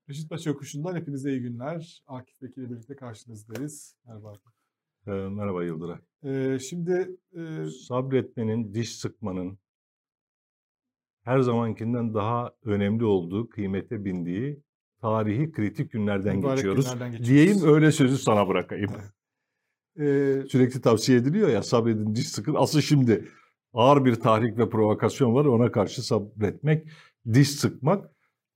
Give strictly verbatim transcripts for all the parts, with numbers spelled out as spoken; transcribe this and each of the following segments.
Beşiktaş Yokuşu'ndan hepinize iyi günler. Akif Bekir ile birlikte karşınızdayız. Merhaba. Ee, merhaba Yıldıray. Ee, şimdi e, Sabretmenin, diş sıkmanın her zamankinden daha önemli olduğu, kıymete bindiği tarihi kritik günlerden mübarek geçiyoruz. günlerden geçiyoruz. Diyeyim, öyle sözü sana bırakayım. Ee, Sürekli tavsiye ediliyor ya, sabredin, diş sıkın. Asıl şimdi ağır bir tahrik ve provokasyon var. Ona karşı sabretmek, diş sıkmak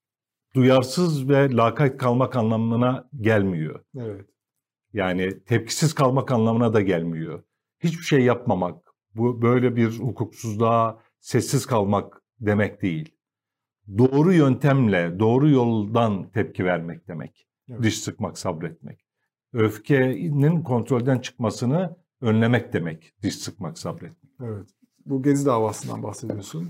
duyarsız ve lakayt kalmak anlamına gelmiyor. evet. Yani tepkisiz kalmak anlamına da gelmiyor. Hiçbir şey yapmamak, bu böyle bir hukuksuzluğa sessiz kalmak demek değil. Doğru yöntemle, doğru yoldan tepki vermek demek. Evet. Diş sıkmak, sabretmek. Öfkenin kontrolden çıkmasını önlemek demek. Diş sıkmak, sabretmek. Evet. Bu Gezi davasından bahsediyorsun.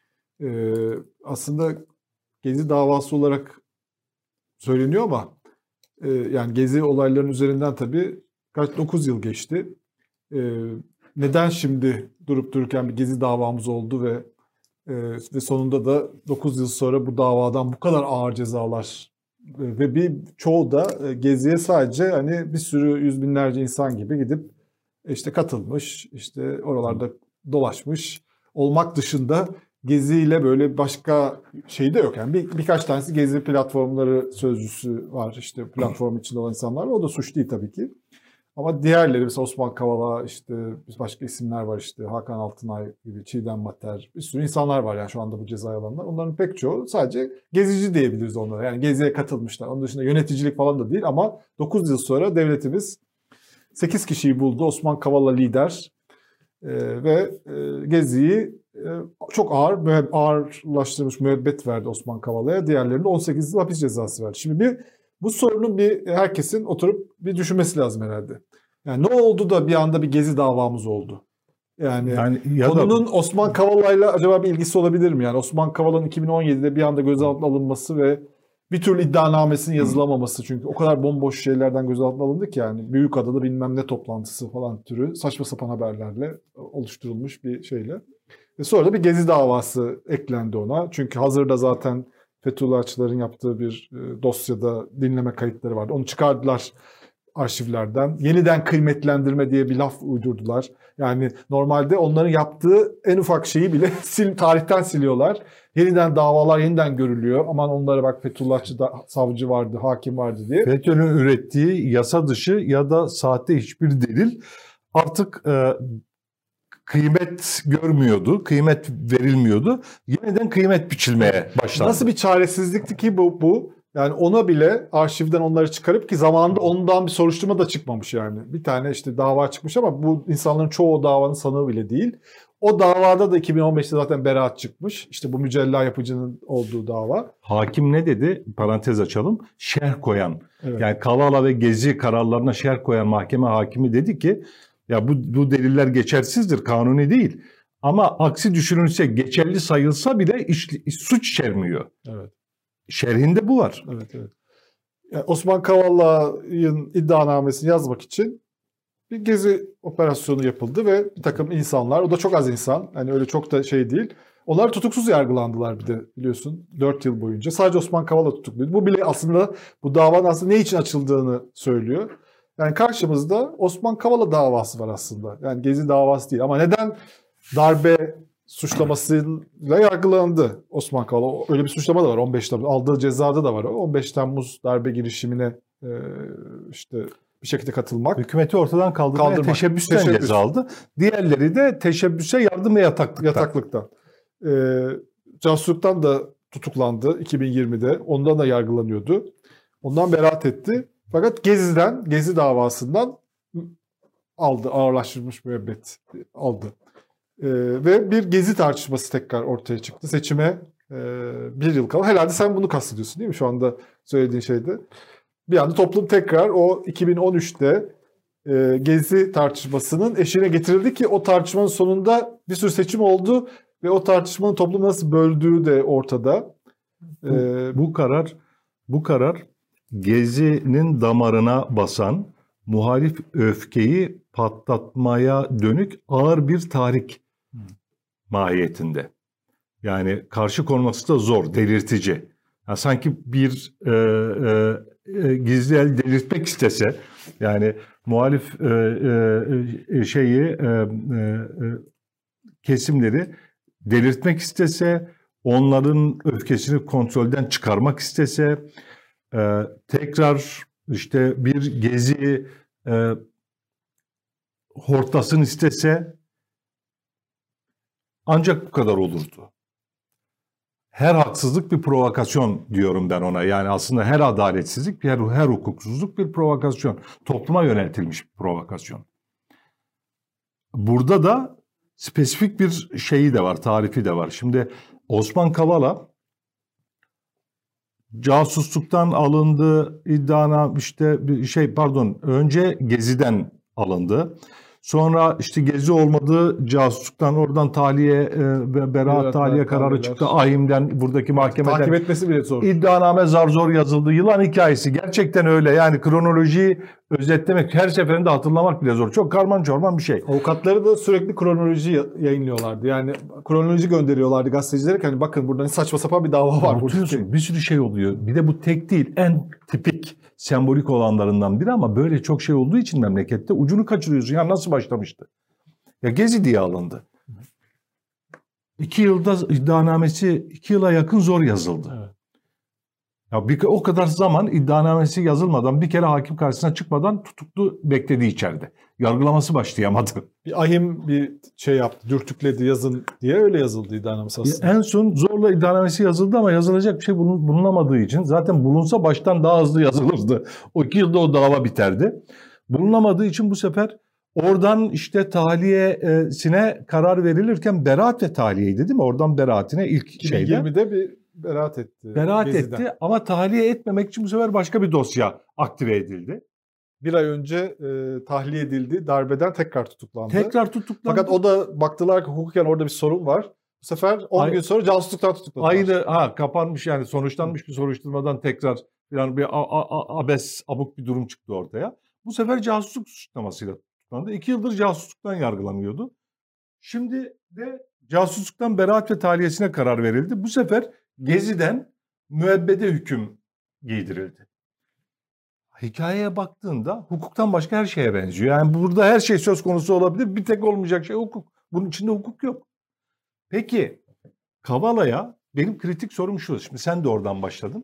Ee, aslında Gezi davası olarak söyleniyor ama e, yani Gezi olaylarının üzerinden tabii kaç dokuz yıl geçti. Ee, neden şimdi durup dururken bir Gezi davamız oldu ve e, ve sonunda da dokuz yıl sonra bu davadan bu kadar ağır cezalar e, ve bir çoğu da e, Gezi'ye sadece hani bir sürü yüz binlerce insan gibi gidip işte katılmış, işte oralarda dolaşmış olmak dışında Gezi ile böyle başka şey de yok. Yani bir, birkaç tanesi Gezi platformları sözcüsü var. İşte platform içinde olan insanlar var. O da suç değil tabii ki. Ama diğerleri mesela Osman Kavala, işte başka isimler var, işte Hakan Altınay gibi, Çiğdem Mater, bir sürü insanlar var yani şu anda bu cezayı alanlar. Onların pek çoğu sadece gezici diyebiliriz onlara. Yani geziye katılmışlar. Onun dışında yöneticilik falan da değil ama dokuz yıl sonra devletimiz sekiz kişiyi buldu. Osman Kavala lider ee, ve e, Gezi'yi e, çok ağır, müeb- ağırlaştırmış müebbet verdi Osman Kavala'ya. Diğerlerine on sekiz yıl hapis cezası verdi. Şimdi bir bu sorunun bir herkesin oturup bir düşünmesi lazım herhalde. Yani ne oldu da bir anda bir Gezi davamız oldu? Yani, Yani ya konunun da Osman Kavala'yla acaba bir ilgisi olabilir mi? Yani Osman Kavala'nın iki bin on yedide bir anda gözaltına alınması ve bir türlü iddianamesinin yazılamaması, çünkü o kadar bomboş şeylerden gözaltına alındı ki, yani Büyükada'da bilmem ne toplantısı falan türü saçma sapan haberlerle oluşturulmuş bir şeyle. Ve sonra da bir Gezi davası eklendi ona. Çünkü hazırda zaten Fethullahçıların yaptığı bir e, dosyada dinleme kayıtları vardı. Onu çıkardılar arşivlerden. Yeniden kıymetlendirme diye bir laf uydurdular. Yani normalde onların yaptığı en ufak şeyi bile sil, tarihten siliyorlar. Yeniden davalar yeniden görülüyor. Aman onlara bak, Fethullahçı da, savcı vardı, hakim vardı diye. FETÖ'nün ürettiği yasa dışı ya da sahte hiçbir delil artık e, kıymet görmüyordu, kıymet verilmiyordu. Yeniden kıymet biçilmeye başlandı. Nasıl bir çaresizlikti ki bu, bu? Yani ona bile arşivden onları çıkarıp, ki zamanında ondan bir soruşturma da çıkmamış yani. Bir tane işte dava çıkmış ama bu insanların çoğu o davanın sanığı bile değil. O davada da iki bin on beşte zaten beraat çıkmış. İşte bu mücella yapıcının olduğu dava. Hakim ne dedi? Parantez açalım. Şerh koyan. Evet. Yani Kavala ve Gezi kararlarına şerh koyan mahkeme hakimi dedi ki ya bu, bu deliller geçersizdir, kanuni değil. Ama aksi düşünülse, geçerli sayılsa bile iş, suç içermiyor. Evet. Şerhinde bu var. Evet, evet. Yani Osman Kavala'nın iddianamesini yazmak için bir Gezi operasyonu yapıldı ve bir takım insanlar, o da çok az insan, hani öyle çok da şey değil. Onlar tutuksuz yargılandılar bir de, biliyorsun, dört yıl boyunca. Sadece Osman Kavala tutukluydu. Bu bile aslında bu davanın aslında ne için açıldığını söylüyor. Yani karşımızda Osman Kavala davası var aslında. Yani Gezi davası değil. Ama neden darbe suçlamasıyla yargılandı Osman Kavala? Öyle bir suçlama da var. on beş Temmuz aldığı cezada da var o. on beş Temmuz darbe girişimine e, işte bir şekilde katılmak. Hükümeti ortadan kaldırmaya Kaldırmak. teşebbüsten Teşebbüs. ceza aldı. Diğerleri de teşebbüse, yardım ve yataklıktan. Yataklıktan. Ee, casusluktan da tutuklandı iki bin yirmide. Ondan da yargılanıyordu. Ondan beraat etti. Fakat Gezi'den, Gezi davasından aldı. Ağırlaştırılmış müebbet aldı. Ee, ve bir Gezi tartışması tekrar ortaya çıktı. Seçime e, bir yıl kala. Herhalde sen bunu kastediyorsun değil mi şu anda söylediğin şeyde? Bir anda toplum tekrar o iki bin on üçte e, Gezi tartışmasının eşiğine getirildi ki o tartışmanın sonunda bir sürü seçim oldu ve o tartışmanın toplumu nasıl böldüğü de ortada. Bu, ee, bu karar bu karar Gezi'nin damarına basan, muhalif öfkeyi patlatmaya dönük ağır bir tahrik hmm. mahiyetinde. Yani karşı konması da zor, delirtici. Ya sanki bir e, e, e, gizli el delirtmek istese, yani muhalif e, e, şeyi e, e, kesimleri delirtmek istese, onların öfkesini kontrolden çıkarmak istese, e, tekrar işte bir gezi e, hortlasın istese ancak bu kadar olurdu. Her haksızlık bir provokasyon diyorum ben ona. Yani aslında her adaletsizlik, her, her hukuksuzluk bir provokasyon. Topluma yöneltilmiş bir provokasyon. Burada da spesifik bir şeyi de var, tarifi de var. Şimdi Osman Kavala casusluktan alındı, iddiana işte bir şey pardon önce Gezi'den alındı. Sonra işte Gezi olmadı, casusluktan oradan tahliye e, ve beraat tahliye kararı çıktı. Ahim'den, buradaki mahkemeden. Takip etmesi bile zor. İddianame zar zor yazıldı. Yılan hikayesi gerçekten öyle. Yani kronolojiyi özetlemek, her seferinde hatırlamak bile zor. Çok karman çorman bir şey. Avukatları da sürekli kronoloji yayınlıyorlardı. Yani kronoloji gönderiyorlardı gazetecilere ki hani bakın burada saçma sapan bir dava var. Unutuyorsun, bir sürü şey oluyor. Bir de bu tek değil. En tipik, sembolik olanlarından biri ama böyle çok şey olduğu için memlekette ucunu kaçırıyorsun. Ya nasıl başlamıştı? Ya Gezi diye alındı. İki yılda iddianamesi, iki yıla yakın zor yazıldı. Evet. Ya bir, o kadar zaman iddianamesi yazılmadan, bir kere hakim karşısına çıkmadan tutuklu bekledi içeride. Yargılaması başlayamadı. Bir ahim bir şey yaptı, dürtükledi yazın diye öyle yazıldı iddianamesi aslında. En son zorla iddianamesi yazıldı ama yazılacak bir şey bulunamadığı için zaten bulunsa baştan daha hızlı yazılırdı. O iki yılda o dava biterdi. Bulunamadığı için bu sefer oradan işte tahliyesine karar verilirken beraat ve tahliyeydi değil mi? Oradan beraatine ilk şeyde. iki bin yirmide bir beraat etti. Beraat Gezi'den. etti ama tahliye etmemek için bu sefer başka bir dosya aktive edildi. Bir ay önce e, tahliye edildi. Darbeden tekrar tutuklandı. Tekrar tutuklandı. Fakat o da baktılar ki hukuken orada bir sorun var. Bu sefer on Ay, gün sonra casusluktan tutuklandılar. Aynı ha kapanmış yani sonuçlanmış bir soruşturmadan tekrar yani bir a, a, abes abuk bir durum çıktı ortaya. Bu sefer casusluk suçlamasıyla tutuklandı. İki yıldır casusluktan yargılanıyordu. Şimdi de casusluktan beraat ve tahliyesine karar verildi. Bu sefer Gezi'den müebbede hüküm giydirildi. Hikayeye baktığında hukuktan başka her şeye benziyor. Yani burada her şey söz konusu olabilir. Bir tek olmayacak şey hukuk. Bunun içinde hukuk yok. Peki Kavala'ya benim kritik sorum şu. Şimdi sen de oradan başladın.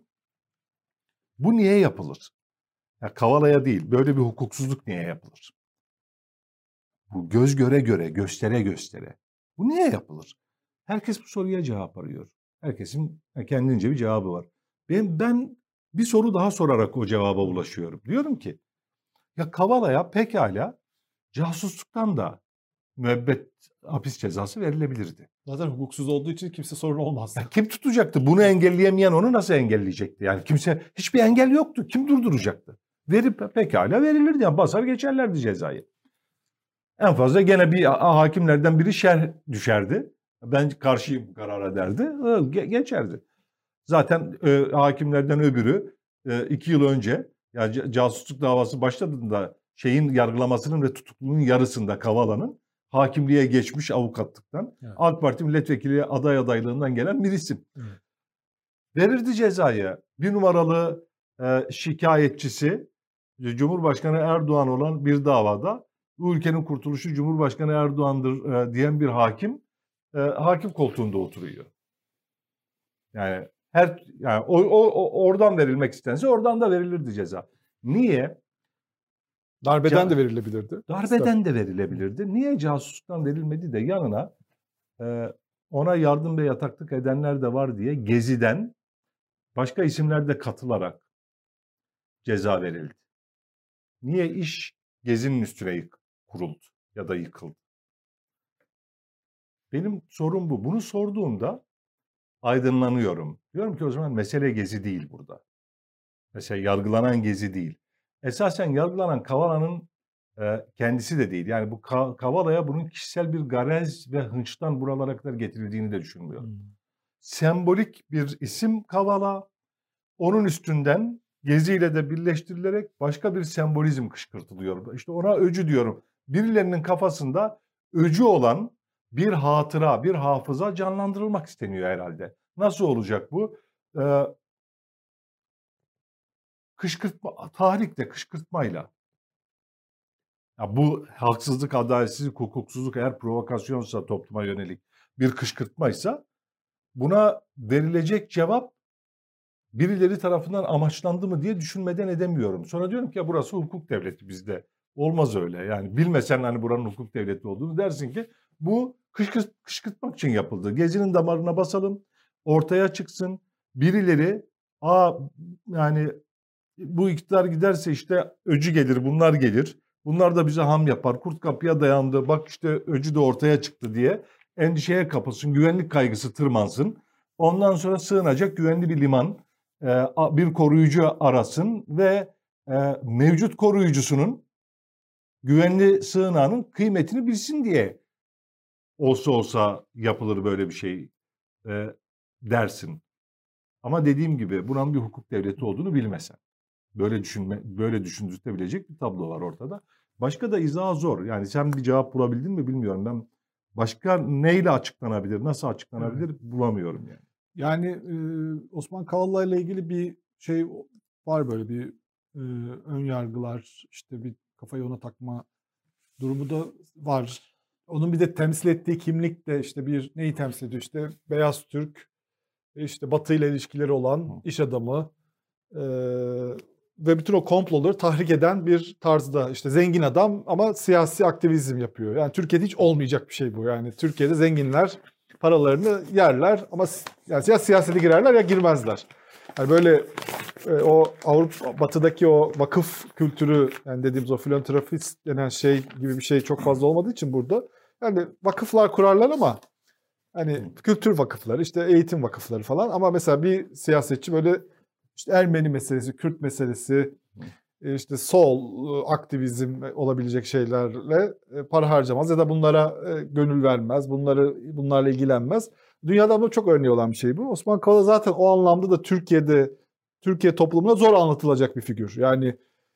Bu niye yapılır? Ya Kavala'ya değil, böyle bir hukuksuzluk niye yapılır? Bu göz göre göre, göstere göstere. Bu niye yapılır? Herkes bu soruya cevap arıyor. Herkesin kendince bir cevabı var. Ben, ben bir soru daha sorarak o cevaba ulaşıyorum. Diyorum ki, ya Kavala'ya pekala casusluktan da müebbet hapis cezası verilebilirdi. Zaten hukuksuz olduğu için kimse sorun olmazdı. Ya kim tutacaktı? Bunu engelleyemeyen onu nasıl engelleyecekti? Yani kimse, hiçbir engel yoktu. Kim durduracaktı? Verip pekala verilirdi. Yani basar geçerlerdi cezayı. En fazla gene bir hakimlerden biri şerh düşerdi. Ben karşıyım bu karara derdi. Ge- geçerdi. Zaten e, hakimlerden öbürü e, iki yıl önce yani casusluk davası başladığında şeyin yargılamasının ve tutukluluğun yarısında Kavala'nın hakimliğe geçmiş avukatlıktan, evet. AK Parti milletvekili aday adaylığından gelen bir isim. Evet. Verirdi cezayı. Bir numaralı e, şikayetçisi Cumhurbaşkanı Erdoğan olan bir davada bu ülkenin kurtuluşu Cumhurbaşkanı Erdoğan'dır e, diyen bir hakim e, hakim koltuğunda oturuyor. Yani her yani o, o, o oradan verilmek istense oradan da verilirdi ceza. Niye? Darbeden Ca- de verilebilirdi. Darbeden de verilebilirdi. Niye casusluktan verilmedi de yanına e, ona yardım ve yataklık edenler de var diye Gezi'den başka isimler de katılarak ceza verildi. Niye iş Gezi'nin üstüne yık, kuruldu ya da yıkıldı? Benim sorum bu. Bunu sorduğumda aydınlanıyorum. Diyorum ki o zaman mesele Gezi değil burada. Mesela yargılanan Gezi değil. Esasen yargılanan Kavala'nın e, kendisi de değil. Yani bu Ka- Kavala'ya bunun kişisel bir garez ve hınçtan buralara kadar getirildiğini de düşünmüyorum. Hmm. Sembolik bir isim Kavala. Onun üstünden Gezi ile de birleştirilerek başka bir sembolizm kışkırtılıyor. İşte ona öcü diyorum. Birilerinin kafasında öcü olan bir hatıra, bir hafıza canlandırılmak isteniyor herhalde. Nasıl olacak bu? Ee, kışkırtma, tahrikle, kışkırtmayla. Ya bu haksızlık, adaletsizlik, hukuksuzluk eğer provokasyonsa topluma yönelik bir kışkırtmaysa buna verilecek cevap birileri tarafından amaçlandı mı diye düşünmeden edemiyorum. Sonra diyorum ki ya burası hukuk devleti bizde. Olmaz öyle. Yani bilmesen hani buranın hukuk devleti olduğunu dersin ki bu kışkırt, kışkırtmak için yapıldı. Gezi'nin damarına basalım, ortaya çıksın. Birileri aa yani bu iktidar giderse işte öcü gelir, bunlar gelir. Bunlar da bize ham yapar. Kurt kapıya dayandı. Bak işte öcü de ortaya çıktı diye endişeye kapılsın. Güvenlik kaygısı tırmansın. Ondan sonra sığınacak güvenli bir liman, bir koruyucu arasın ve mevcut koruyucusunun güvenli sığınağının kıymetini bilsin diye olsa olsa yapılır böyle bir şey dersin. Ama dediğim gibi buranın bir hukuk devleti olduğunu bilmesen. Böyle düşünme, böyle düşündürtebilecek bir tablo var ortada. Başka da izah zor. Yani sen bir cevap bulabildin mi bilmiyorum. Ben başka neyle açıklanabilir, nasıl açıklanabilir evet. bulamıyorum yani. Yani e, Osman Kavala ile ilgili bir şey var, böyle bir e, ön yargılar, işte bir kafayı ona takma durumu da var. Onun bir de temsil ettiği kimlik de işte bir neyi temsil ediyor? İşte beyaz Türk, işte Batı ile ilişkileri olan iş adamı e, ve bütün o komploları tahrik eden bir tarzda, işte zengin adam ama siyasi aktivizm yapıyor. Yani Türkiye'de hiç olmayacak bir şey bu. Yani Türkiye'de zenginler paralarını yerler ama yani ya siyasete girerler ya girmezler. Yani böyle e, o Avrupa Batı'daki o vakıf kültürü, yani dediğimiz o filantropist denen şey gibi bir şey çok fazla olmadığı için burada. Yani vakıflar kurarlar ama hani kültür vakıfları, işte eğitim vakıfları falan, ama mesela bir siyasetçi böyle işte Ermeni meselesi, Kürt meselesi, işte sol aktivizm olabilecek şeylerle para harcamaz ya da bunlara gönül vermez, bunları bunlarla ilgilenmez. Dünyada ama çok örneği olan bir şey bu. Osman Kavala zaten o anlamda da Türkiye'de, Türkiye toplumuna zor anlatılacak bir figür. Yani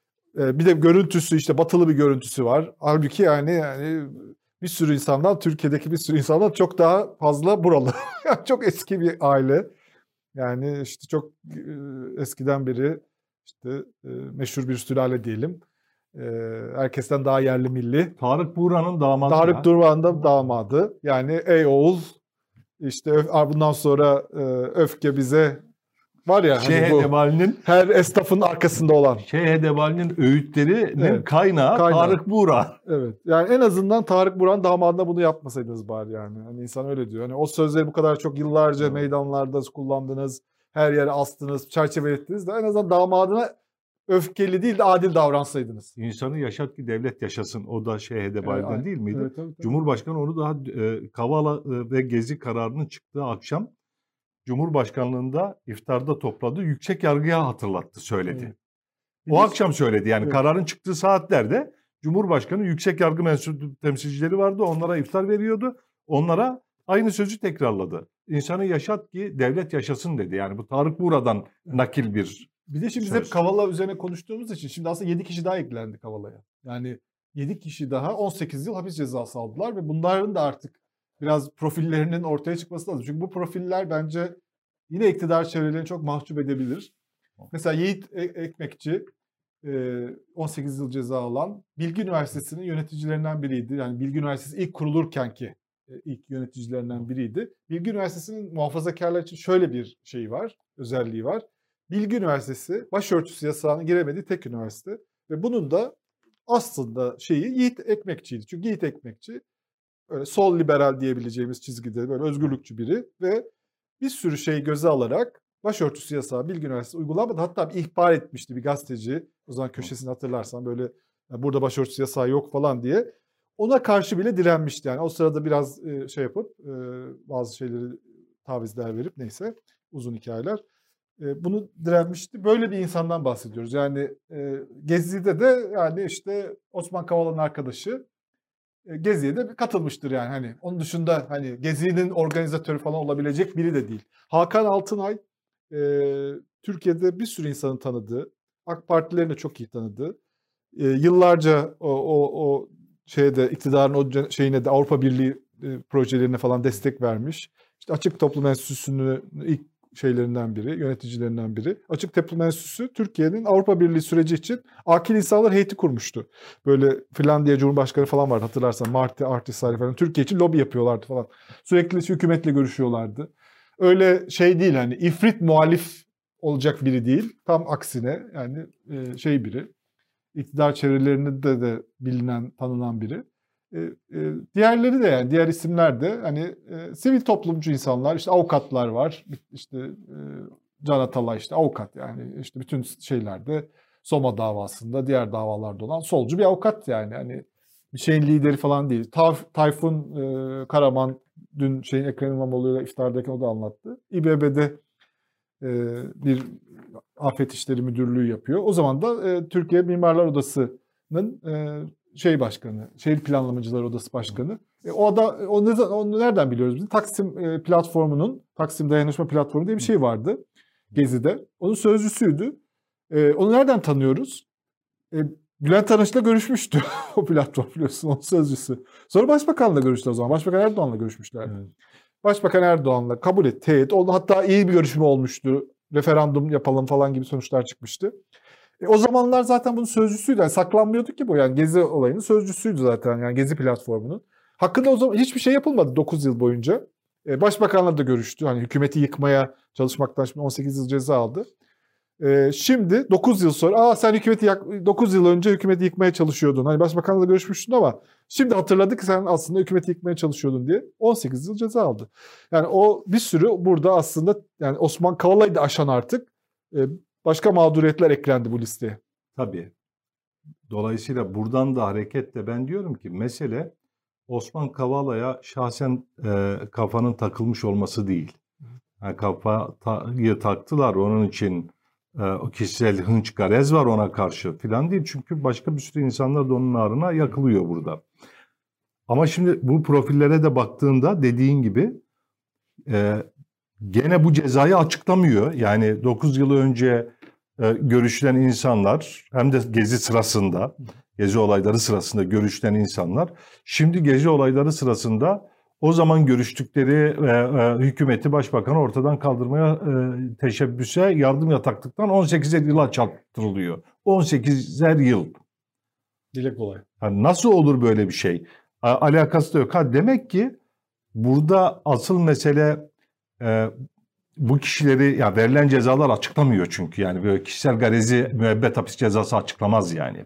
bir de görüntüsü, işte batılı bir görüntüsü var. Halbuki yani yani bir sürü insandan, Türkiye'deki bir sürü insandan çok daha fazla buralı. Çok eski bir aile. Yani işte çok eskiden beri işte meşhur bir sülale diyelim. Herkesten daha yerli milli. Tarık Buğra'nın damadı. Tarık Buğra'nın da damadı. Yani ey oğul, işte bundan sonra öfke bize var ya. Şeyh hani bu, Edebali'nin her esnafın arkasında olan. Şeyh Edebali'nin öğütlerinin evet. kaynağı, kaynağı Tarık Buğra. Evet. Yani en azından Tarık Buğra'nın damadına bunu yapmasaydınız bari yani. Hani insan öyle diyor. Hani o sözleri bu kadar çok yıllarca evet. meydanlarda kullandınız, her yere astınız, çerçevelettiniz de en azından damadına öfkeli değil de adil davransaydınız. İnsanı yaşat ki devlet yaşasın. O da Şeyh Edebali'den evet, değil miydi? Evet, tabii, tabii. Cumhurbaşkanı onu daha e, Kavala e, ve Gezi kararının çıktığı akşam Cumhurbaşkanlığında iftarda topladığı yüksek yargıya hatırlattı, söyledi. Evet. O Biz, akşam söyledi yani evet. kararın çıktığı saatlerde Cumhurbaşkanı yüksek yargı mensup temsilcileri vardı. Onlara iftar veriyordu. Onlara aynı sözü tekrarladı. İnsanı yaşat ki devlet yaşasın dedi. Yani bu Tarık Buğra'dan nakil bir Bir de şimdi söz. Biz hep Kavala üzerine konuştuğumuz için şimdi aslında yedi kişi daha eklendi Kavala'ya. Yani yedi kişi daha on sekiz yıl hapis cezası aldılar ve bunların da artık biraz profillerinin ortaya çıkması lazım. Çünkü bu profiller bence yine iktidar çevrelerini çok mahcup edebilir. Mesela Yiğit Ekmekçi on sekiz yıl ceza alan Bilgi Üniversitesi'nin yöneticilerinden biriydi. Yani Bilgi Üniversitesi ilk kurulurken ki ilk yöneticilerinden biriydi. Bilgi Üniversitesi'nin muhafazakarlar için şöyle bir şeyi var, özelliği var. Bilgi Üniversitesi başörtüsü yasağına giremediği tek üniversite ve bunun da aslında şeyi Yiğit Ekmekçi'ydi. Çünkü Yiğit Ekmekçi öyle sol liberal diyebileceğimiz çizgide böyle özgürlükçü biri ve bir sürü şeyi göze alarak başörtüsü yasağı Bilgi Üniversitesi uygulamadı. Hatta bir ihbar etmişti bir gazeteci. O zaman köşesini hatırlarsan böyle yani burada başörtüsü yasağı yok falan diye. Ona karşı bile direnmişti. Yani o sırada biraz şey yapıp bazı şeyleri tavizler verip neyse uzun hikayeler. Bunu direnmişti. Böyle bir insandan bahsediyoruz. Yani Gezi'de de yani işte Osman Kavala'nın arkadaşı Gezi'ye de katılmıştır yani. Hani onun dışında hani Gezi'nin organizatörü falan olabilecek biri de değil. Hakan Altınay e, Türkiye'de bir sürü insanın tanıdığı, AK Partilerin de çok iyi tanıdığı, e, yıllarca o, o, o şeyde iktidarın o şeyine de Avrupa Birliği e, projelerine falan destek vermiş. İşte Açık Toplum Enstitüsü'nü ilk şeylerinden biri, yöneticilerinden biri. Açık Tepe Enstitüsü Türkiye'nin Avrupa Birliği süreci için akil insanlar heyeti kurmuştu. Böyle Finlandiya Cumhurbaşkanı falan vardı hatırlarsan. Marti, Ahtisaari falan. Türkiye için lobi yapıyorlardı falan. Sürekli hükümetle görüşüyorlardı. Öyle şey değil hani ifrit muhalif olacak biri değil. Tam aksine yani şey biri. İktidar çevrelerinde de, de bilinen, tanınan biri. E, e, diğerleri de yani diğer isimler de hani e, sivil toplumcu insanlar, işte avukatlar var, işte e, Can Atalay işte avukat yani işte bütün şeylerde Soma davasında, diğer davalarda olan solcu bir avukat yani hani bir şeyin lideri falan değil. Tayf, Tayfun e, Karaman dün şeyin Ekrem İmamoğlu'yla iftardayken o da anlattı. İBB'de e, bir Afet İşleri Müdürlüğü yapıyor. O zaman da e, Türkiye Mimarlar Odası'nın e, şey başkanı, Şehir Planlamacılar Odası Başkanı. E, o da o ne, onu nereden biliyoruz biz? Taksim e, platformunun, Taksim Dayanışma Platformu diye bir şey vardı Gezi'de. Onun sözcüsüydü. E, onu nereden tanıyoruz? E, Bülent Arınç'la görüşmüştü o platform biliyorsun, onun sözcüsü. Sonra Başbakan'la görüştüler o zaman. Başbakan Erdoğan'la görüşmüşlerdi. Evet. Başbakan Erdoğan'la kabul et, teyit oldu. Hatta iyi bir görüşme olmuştu. Referandum yapalım falan gibi sonuçlar çıkmıştı. E, o zamanlar zaten bunun sözcüsüydü. Yani saklanmıyordu ki bu. Yani Gezi olayının sözcüsüydü zaten. Yani Gezi platformunun. Hakkında o zaman hiçbir şey yapılmadı dokuz yıl boyunca. E, Başbakanla da görüştü. Hani hükümeti yıkmaya çalışmaktan şimdi on sekiz yıl ceza aldı. E, şimdi dokuz yıl sonra aa sen hükümeti dokuz yıl önce hükümeti yıkmaya çalışıyordun. Hani Başbakanla da görüşmüştün ama şimdi hatırladık ki sen aslında hükümeti yıkmaya çalışıyordun diye on sekiz yıl ceza aldı. Yani o bir sürü burada aslında yani Osman Kavala'yı da aşan artık e, başka mağduriyetler eklendi bu listeye. Tabii. Dolayısıyla buradan da hareketle ben diyorum ki mesele Osman Kavala'ya şahsen e, kafanın takılmış olması değil. Yani kafayı taktılar onun için e, o kişisel hınç garez var ona karşı filan değil. Çünkü başka bir sürü insanlar da onun ağrına yakılıyor burada. Ama şimdi bu profillere de baktığında dediğin gibi e, gene bu cezayı açıklamıyor. Yani dokuz yıl önce e, görüşülen insanlar hem de gezi sırasında, gezi olayları sırasında görüşülen insanlar şimdi gezi olayları sırasında o zaman görüştükleri e, e, hükümeti, başbakanı ortadan kaldırmaya e, teşebbüse yardım yataklıktan on sekizer yıla çarptırılıyor. on sekizer yıl. Dile kolay. Yani nasıl olur böyle bir şey? A, alakası da yok. Ha, demek ki burada asıl mesele e, bu kişileri ya verilen cezalar açıklamıyor çünkü yani böyle kişisel garezi müebbet hapis cezası açıklamaz yani.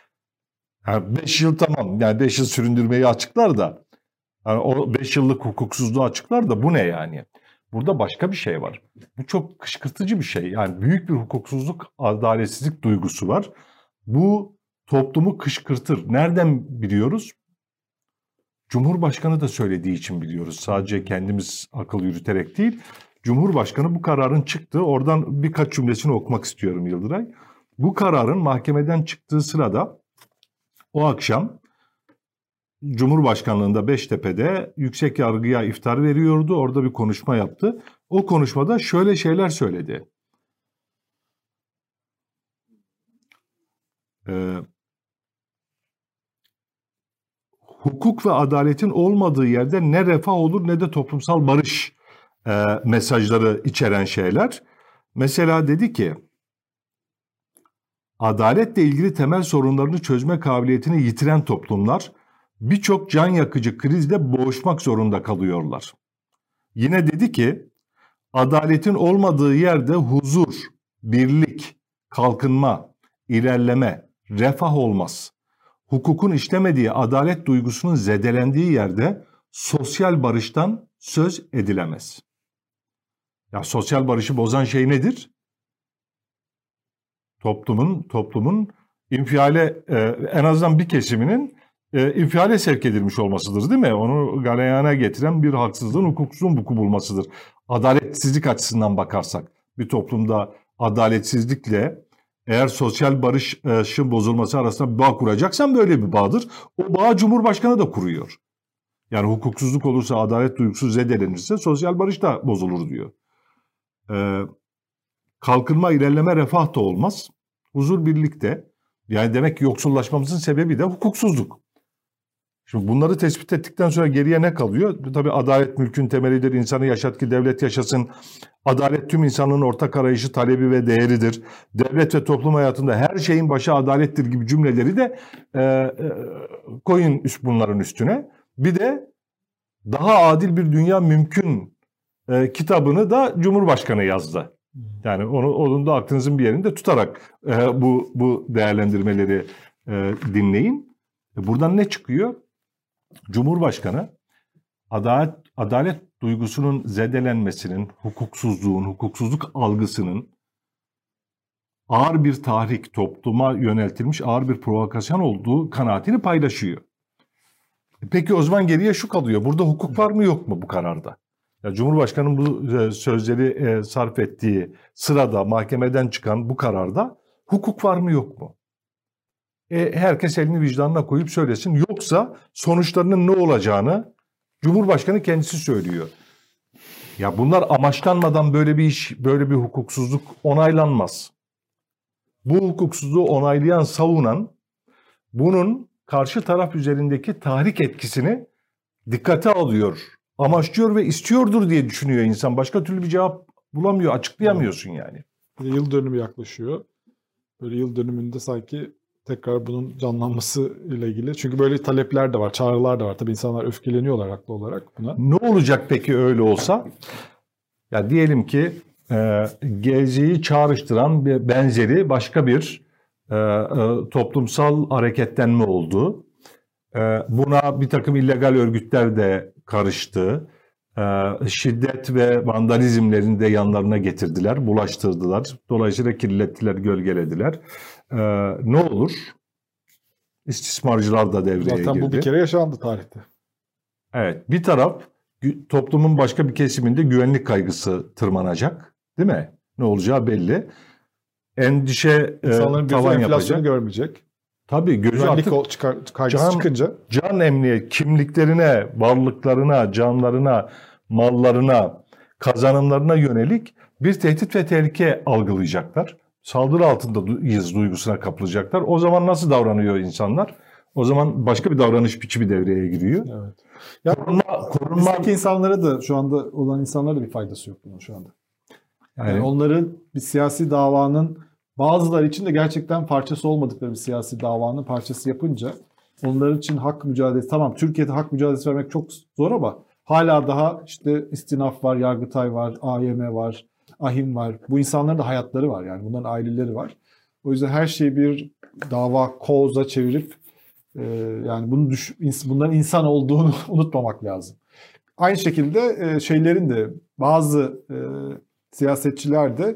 Yani beş yıl tamam yani beş yıl süründürmeyi açıklar da yani o beş yıllık hukuksuzluğu açıklar da bu ne yani? Burada başka bir şey var. Bu çok kışkırtıcı bir şey. Yani büyük bir hukuksuzluk, adaletsizlik duygusu var. Bu toplumu kışkırtır. Nereden biliyoruz? Cumhurbaşkanı da söylediği için biliyoruz. Sadece kendimiz akıl yürüterek değil. Cumhurbaşkanı bu kararın çıktığı, oradan birkaç cümlesini okumak istiyorum Yıldıray. Bu kararın mahkemeden çıktığı sırada o akşam Cumhurbaşkanlığında Beştepe'de yüksek yargıya iftar veriyordu. Orada bir konuşma yaptı. O konuşmada şöyle şeyler söyledi. Ee, hukuk ve adaletin olmadığı yerde ne refah olur ne de toplumsal barış e, mesajları içeren şeyler. Mesela dedi ki, adaletle ilgili temel sorunlarını çözme kabiliyetini yitiren toplumlar birçok can yakıcı krizle boğuşmak zorunda kalıyorlar. Yine dedi ki, adaletin olmadığı yerde huzur, birlik, kalkınma, ilerleme, refah olmaz. Hukukun işlemediği adalet duygusunun zedelendiği yerde sosyal barıştan söz edilemez. Ya sosyal barışı bozan şey nedir? Toplumun toplumun infiale e, en azından bir kesiminin e, infiale sevk edilmiş olmasıdır, değil mi? Onu galeyana getiren bir haksızlığın, hukuksuzluğun vuku bulmasıdır. Adaletsizlik açısından bakarsak bir toplumda adaletsizlikle eğer sosyal barışın bozulması arasında bir bağ kuracaksan böyle bir bağdır. O bağı Cumhurbaşkanı da kuruyor. Yani hukuksuzluk olursa, adalet duygusu zedelenirse sosyal barış da bozulur diyor. Ee, kalkınma, ilerleme, refah da olmaz. Huzur, birlik de. Yani demek ki yoksullaşmamızın sebebi de hukuksuzluk. Şimdi bunları tespit ettikten sonra geriye ne kalıyor? Tabii adalet mülkün temelidir, insanı yaşat ki devlet yaşasın. Adalet tüm insanlığın ortak arayışı, talebi ve değeridir. Devlet ve toplum hayatında her şeyin başı adalettir gibi cümleleri de e, e, koyun üst bunların üstüne. Bir de daha adil bir dünya mümkün e, kitabını da Cumhurbaşkanı yazdı. Yani onu onun da aklınızın bir yerinde tutarak e, bu bu değerlendirmeleri e, dinleyin. E, buradan ne çıkıyor? Cumhurbaşkanı adalet adalet duygusunun zedelenmesinin, hukuksuzluğun, hukuksuzluk algısının ağır bir tahrik, topluma yöneltilmiş ağır bir provokasyon olduğu kanaatini paylaşıyor. Peki o zaman geriye şu kalıyor. Burada hukuk var mı yok mu bu kararda? Ya Cumhurbaşkanı'nın bu sözleri sarf ettiği sırada mahkemeden çıkan bu kararda hukuk var mı yok mu? E, herkes elini vicdanına koyup söylesin. Yoksa sonuçlarının ne olacağını Cumhurbaşkanı kendisi söylüyor. Ya bunlar amaçlanmadan böyle bir iş, böyle bir hukuksuzluk onaylanmaz. Bu hukuksuzluğu onaylayan, savunan bunun karşı taraf üzerindeki tahrik etkisini dikkate alıyor, amaçlıyor ve istiyordur diye düşünüyor insan. Başka türlü bir cevap bulamıyor, açıklayamıyorsun yani. Yıl dönümü yaklaşıyor. Böyle yıl dönümünde sanki tekrar bunun canlanması ile ilgili. Çünkü böyle talepler de var, çağrılar da var. Tabii insanlar öfkeleniyorlar haklı olarak buna. Ne olacak peki öyle olsa? Ya diyelim ki e, Gezi'yi çağrıştıran bir benzeri başka bir e, e, toplumsal hareketlenme oldu. E, buna bir takım illegal örgütler de karıştı. E, şiddet ve vandalizmlerini de yanlarına getirdiler, bulaştırdılar. Dolayısıyla kirlettiler, gölgelediler. E, ne olur? İstismarcılar da devreye girdi. Zaten bu bir kere yaşandı tarihte. Evet, bir taraf toplumun başka bir kesiminde güvenlik kaygısı tırmanacak, değil mi? Ne olacağı belli. Endişe İnsanların e, tavan enflasyonu yapacak. görmeyecek. Tabii gözü Güvenlik artık çıkar, kaygısı can, çıkınca. Can emniyet, kimliklerine, varlıklarına, canlarına, mallarına, kazanımlarına yönelik bir tehdit ve tehlike algılayacaklar. Saldırı altındayız duygusuna kapılacaklar. O zaman nasıl davranıyor insanlar? O zaman başka bir davranış biçimi devreye giriyor. Evet. Ya korunma, korunma... bizdeki insanlara da şu anda olan insanlara da bir faydası yok bunun şu anda. Yani, yani onların bir siyasi davanın bazıları için de gerçekten parçası olmadıkları bir siyasi davanın parçası yapınca onların için hak mücadelesi, tamam Türkiye'de hak mücadelesi vermek çok zor ama hala daha işte istinaf var, Yargıtay var, A Y M var, AHİM var. Bu insanların da hayatları var yani bunların aileleri var. O yüzden her şeyi bir dava, koza çevirip e, yani bunu düş, bunların insan olduğunu unutmamak lazım. Aynı şekilde e, şeylerin de bazı e, siyasetçiler de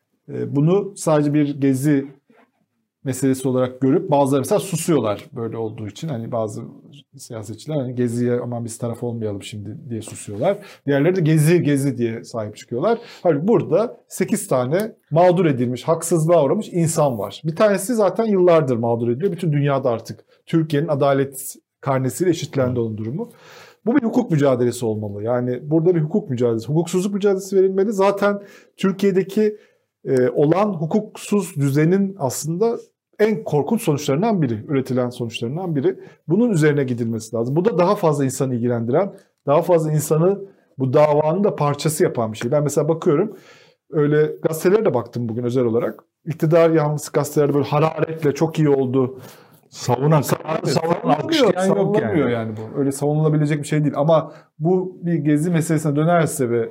e, bunu sadece bir gezi meselesi olarak görüp bazıları mesela susuyorlar böyle olduğu için. Hani bazı siyasetçiler hani geziye aman biz taraf olmayalım şimdi diye susuyorlar. Diğerleri de gezi gezi diye sahip çıkıyorlar. Halbuki burada sekiz tane mağdur edilmiş, haksızlığa uğramış insan var. Bir tanesi zaten yıllardır mağdur ediliyor. Bütün dünyada artık Türkiye'nin adalet karnesiyle eşitlendi onun durumu. Bu bir hukuk mücadelesi olmalı. Yani burada bir hukuk mücadelesi, hukuksuzluk mücadelesi verilmeli. Zaten Türkiye'deki e, olan hukuksuz düzenin aslında en korkunç sonuçlarından biri, üretilen sonuçlarından biri. Bunun üzerine gidilmesi lazım. Bu da daha fazla insanı ilgilendiren, daha fazla insanı bu davanın da parçası yapan bir şey. Ben mesela bakıyorum, öyle gazetelere de baktım bugün özel olarak. İktidar yanlısı gazetelerde böyle hararetle çok iyi oldu. Savunan, savunan alkışlayan yok yani. yani bu. Öyle savunulabilecek bir şey değil. Ama bu bir gezi meselesine dönerse ve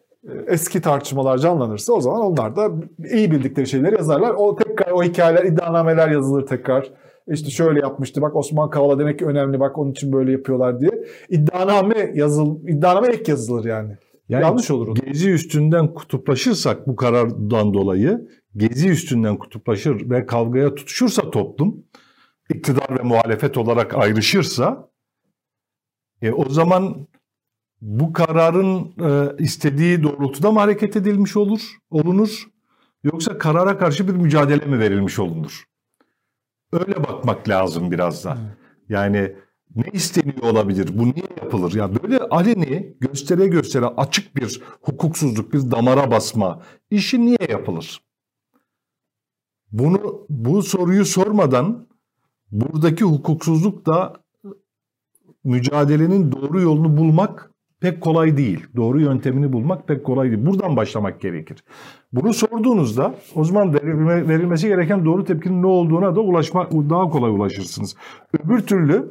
eski tartışmalar canlanırsa o zaman onlar da iyi bildikleri şeyleri yazarlar. O tekrar o hikayeler, iddianameler yazılır tekrar. İşte şöyle yapmıştı. Bak Osman Kavala demek ki önemli. Bak onun için böyle yapıyorlar diye. İddianame yazıl, iddianame ek yazılır yani. Yani yanlış olur o. Gezi üstünden kutuplaşırsak bu karardan dolayı gezi üstünden kutuplaşır ve kavgaya tutuşursa toplum, iktidar ve muhalefet olarak ayrışırsa e, o zaman bu kararın e, istediği doğrultuda mı hareket edilmiş olur, olunur? Yoksa karara karşı bir mücadele mi verilmiş olunur? Öyle bakmak lazım biraz da. Yani ne isteniyor olabilir? Bu niye yapılır? Ya böyle aleni, göstere göstere açık bir hukuksuzluk, bir damara basma işi niye yapılır? Bunu bu soruyu sormadan buradaki hukuksuzluk da mücadelenin doğru yolunu bulmak pek kolay değil. Doğru yöntemini bulmak pek kolay değil. Buradan başlamak gerekir. Bunu sorduğunuzda o zaman verilme, verilmesi gereken doğru tepkinin ne olduğuna da ulaşma, daha kolay ulaşırsınız. Öbür türlü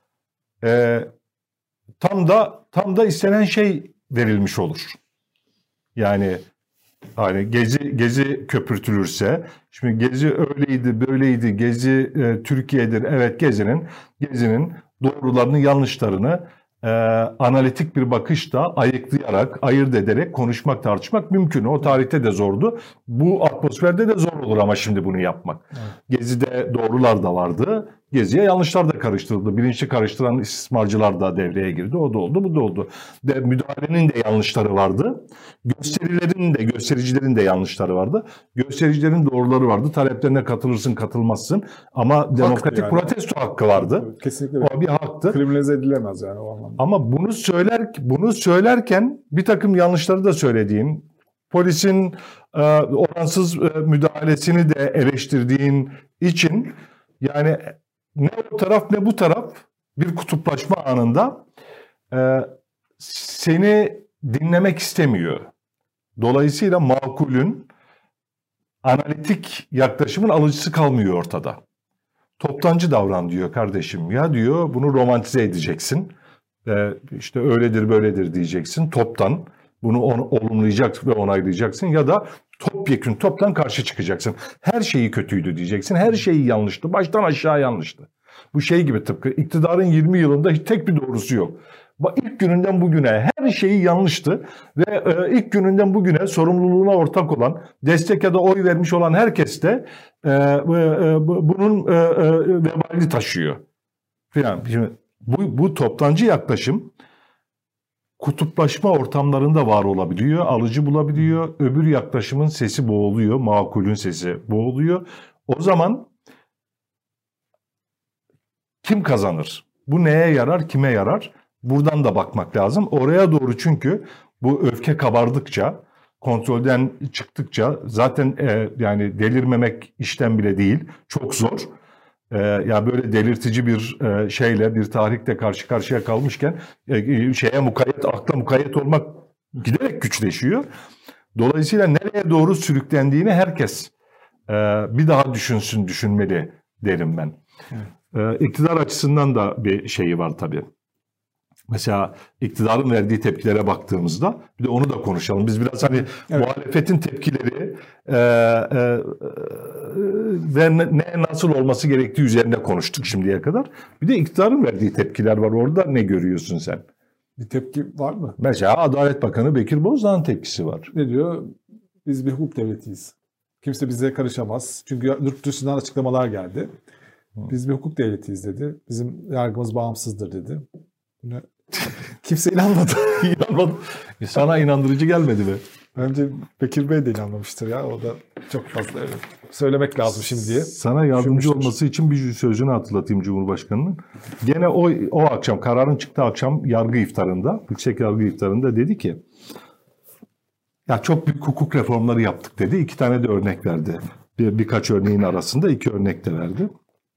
e, tam da tam da istenen şey verilmiş olur. Yani hani Gezi Gezi köpürtülürse, şimdi Gezi öyleydi, böyleydi, Gezi e, Türkiye'dir. Evet, Gezi'nin Gezi'nin doğrularını, yanlışlarını e, analitik bir bakışla ayıklayarak, ayırt ederek konuşmak, tartışmak mümkün. O tarihte de zordu. Bu atmosferde de zor olur ama şimdi bunu yapmak. Evet. Gezi'de doğrular da vardı. Gezi'ye yanlışlar da karıştırıldı. Bilinçli karıştıran istismarcılar da devreye girdi. O da oldu, bu da oldu. De, müdahalenin de yanlışları vardı. Gösterilerin de, göstericilerin de yanlışları vardı. Göstericilerin doğruları vardı. Taleplerine katılırsın, katılmazsın. Ama hakkı demokratik yani. Protesto hakkı vardı. Evet, kesinlikle. O bir haktı. Kriminalize edilemez yani o anlamda. Ama bunu söyler, bunu söylerken bir takım yanlışları da söylediğin, polisin e, oransız e, müdahalesini de eleştirdiğin için yani ne o taraf ne bu taraf bir kutuplaşma anında e, seni dinlemek istemiyor. Dolayısıyla makulün, analitik yaklaşımın alıcısı kalmıyor ortada. Toptancı davran diyor kardeşim. Ya diyor, bunu romantize edeceksin. E, işte öyledir böyledir diyeceksin toptan. Bunu on, olumlayacaksın ve onaylayacaksın ya da topyekün toptan karşı çıkacaksın. Her şeyi kötüydü diyeceksin. Her şeyi yanlıştı. Baştan aşağı yanlıştı. Bu şey gibi tıpkı iktidarın yirmi yılında hiç tek bir doğrusu yok. İlk gününden bugüne her şeyi yanlıştı ve e, ilk gününden bugüne sorumluluğuna ortak olan, destek ya da oy vermiş olan herkes de e, e, bunun e, e, vebalini taşıyor. Yani şimdi bu, bu toptancı yaklaşım kutuplaşma ortamlarında var olabiliyor, alıcı bulabiliyor. Öbür yaklaşımın sesi boğuluyor, makulün sesi boğuluyor. O zaman kim kazanır? Bu neye yarar, kime yarar? Buradan da bakmak lazım. Oraya doğru, çünkü bu öfke kabardıkça, kontrolden çıktıkça zaten e, yani delirmemek işten bile değil, çok zor. E, ya böyle delirtici bir e, şeyle, bir tarihte karşı karşıya kalmışken e, şeye mukayyet, akla mukayyet olmak giderek güçleşiyor. Dolayısıyla nereye doğru sürüklendiğini herkes e, bir daha düşünsün, düşünmeli derim ben. Evet. E, iktidar açısından da bir şeyi var tabii. Mesela iktidarın verdiği tepkilere baktığımızda bir de onu da konuşalım. Biz biraz hani evet. muhalefetin tepkileri e, e, ve ne, nasıl olması gerektiği üzerine konuştuk şimdiye kadar. Bir de iktidarın verdiği tepkiler var. Orada ne görüyorsun sen? Bir tepki var mı? Mesela Adalet Bakanı Bekir Bozdağ'ın tepkisi var. Ne diyor? Biz bir hukuk devletiyiz. Kimse bize karışamaz. Çünkü yurt dışından açıklamalar geldi. Biz bir hukuk devletiyiz dedi. Bizim yargımız bağımsızdır dedi. Ne? Kimse inanmadı. İnanmadı. Sana inandırıcı gelmedi mi? Bence Bekir Bey de inanmamıştır ya. O da çok fazla evet. Söylemek lazım şimdi diye. Sana yardımcı olması için bir sözünü hatırlatayım Cumhurbaşkanı'nın. Gene o o akşam, kararın çıktığı akşam yargı iftarında, yüksek yargı iftarında dedi ki ya çok büyük hukuk reformları yaptık dedi. İki tane de örnek verdi. Bir, birkaç örneğin arasında iki örnek de verdi.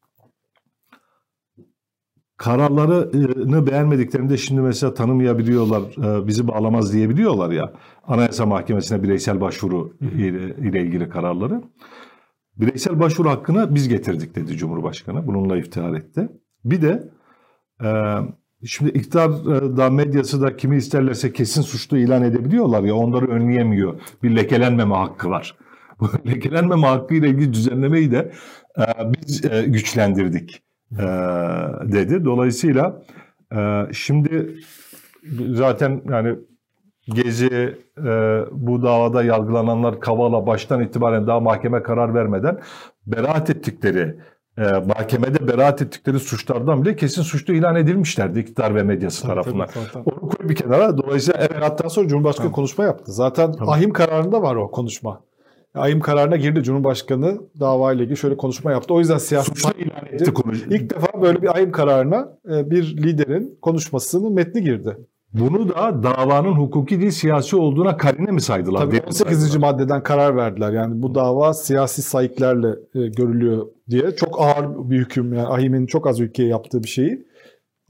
Kararlarını beğenmediklerinde şimdi mesela tanımayabiliyorlar, bizi bağlamaz diyebiliyorlar ya. Anayasa Mahkemesi'ne bireysel başvuru ile, ile ilgili kararları. Bireysel başvuru hakkını biz getirdik dedi Cumhurbaşkanı. Bununla iftihar etti. Bir de şimdi iktidarda, medyası da kimi isterlerse kesin suçlu ilan edebiliyorlar ya, onları önleyemiyor. Bir lekelenmeme hakkı var. Bu lekelenmeme hakkı ile ilgili düzenlemeyi de biz güçlendirdik dedi. Dolayısıyla şimdi zaten yani Gezi, bu davada yargılananlar Kavala baştan itibaren daha mahkeme karar vermeden beraat ettikleri, mahkemede beraat ettikleri suçlardan bile kesin suçlu ilan edilmişlerdi iktidar ve medyası tabii, tarafından. Tabii, tabii, tabii. Onu koy bir kenara. Dolayısıyla evet, hatta sonra Cumhurbaşkanı tamam. konuşma yaptı. Zaten tamam. ahim kararında var o konuşma. Ahim kararına girdi Cumhurbaşkanı, davayla ilgili şöyle konuşma yaptı. O yüzden siyasi suçlu ilan etti. İlk defa böyle bir ahim kararına bir liderin konuşmasının metni girdi. Bunu da davanın hukuki değil siyasi olduğuna karine mi saydılar? Tabii on sekizinci maddeden karar verdiler. Yani bu dava siyasi sayıklarla e, görülüyor diye. Çok ağır bir hüküm. Yani ahimin çok az ülkeye yaptığı bir şeyi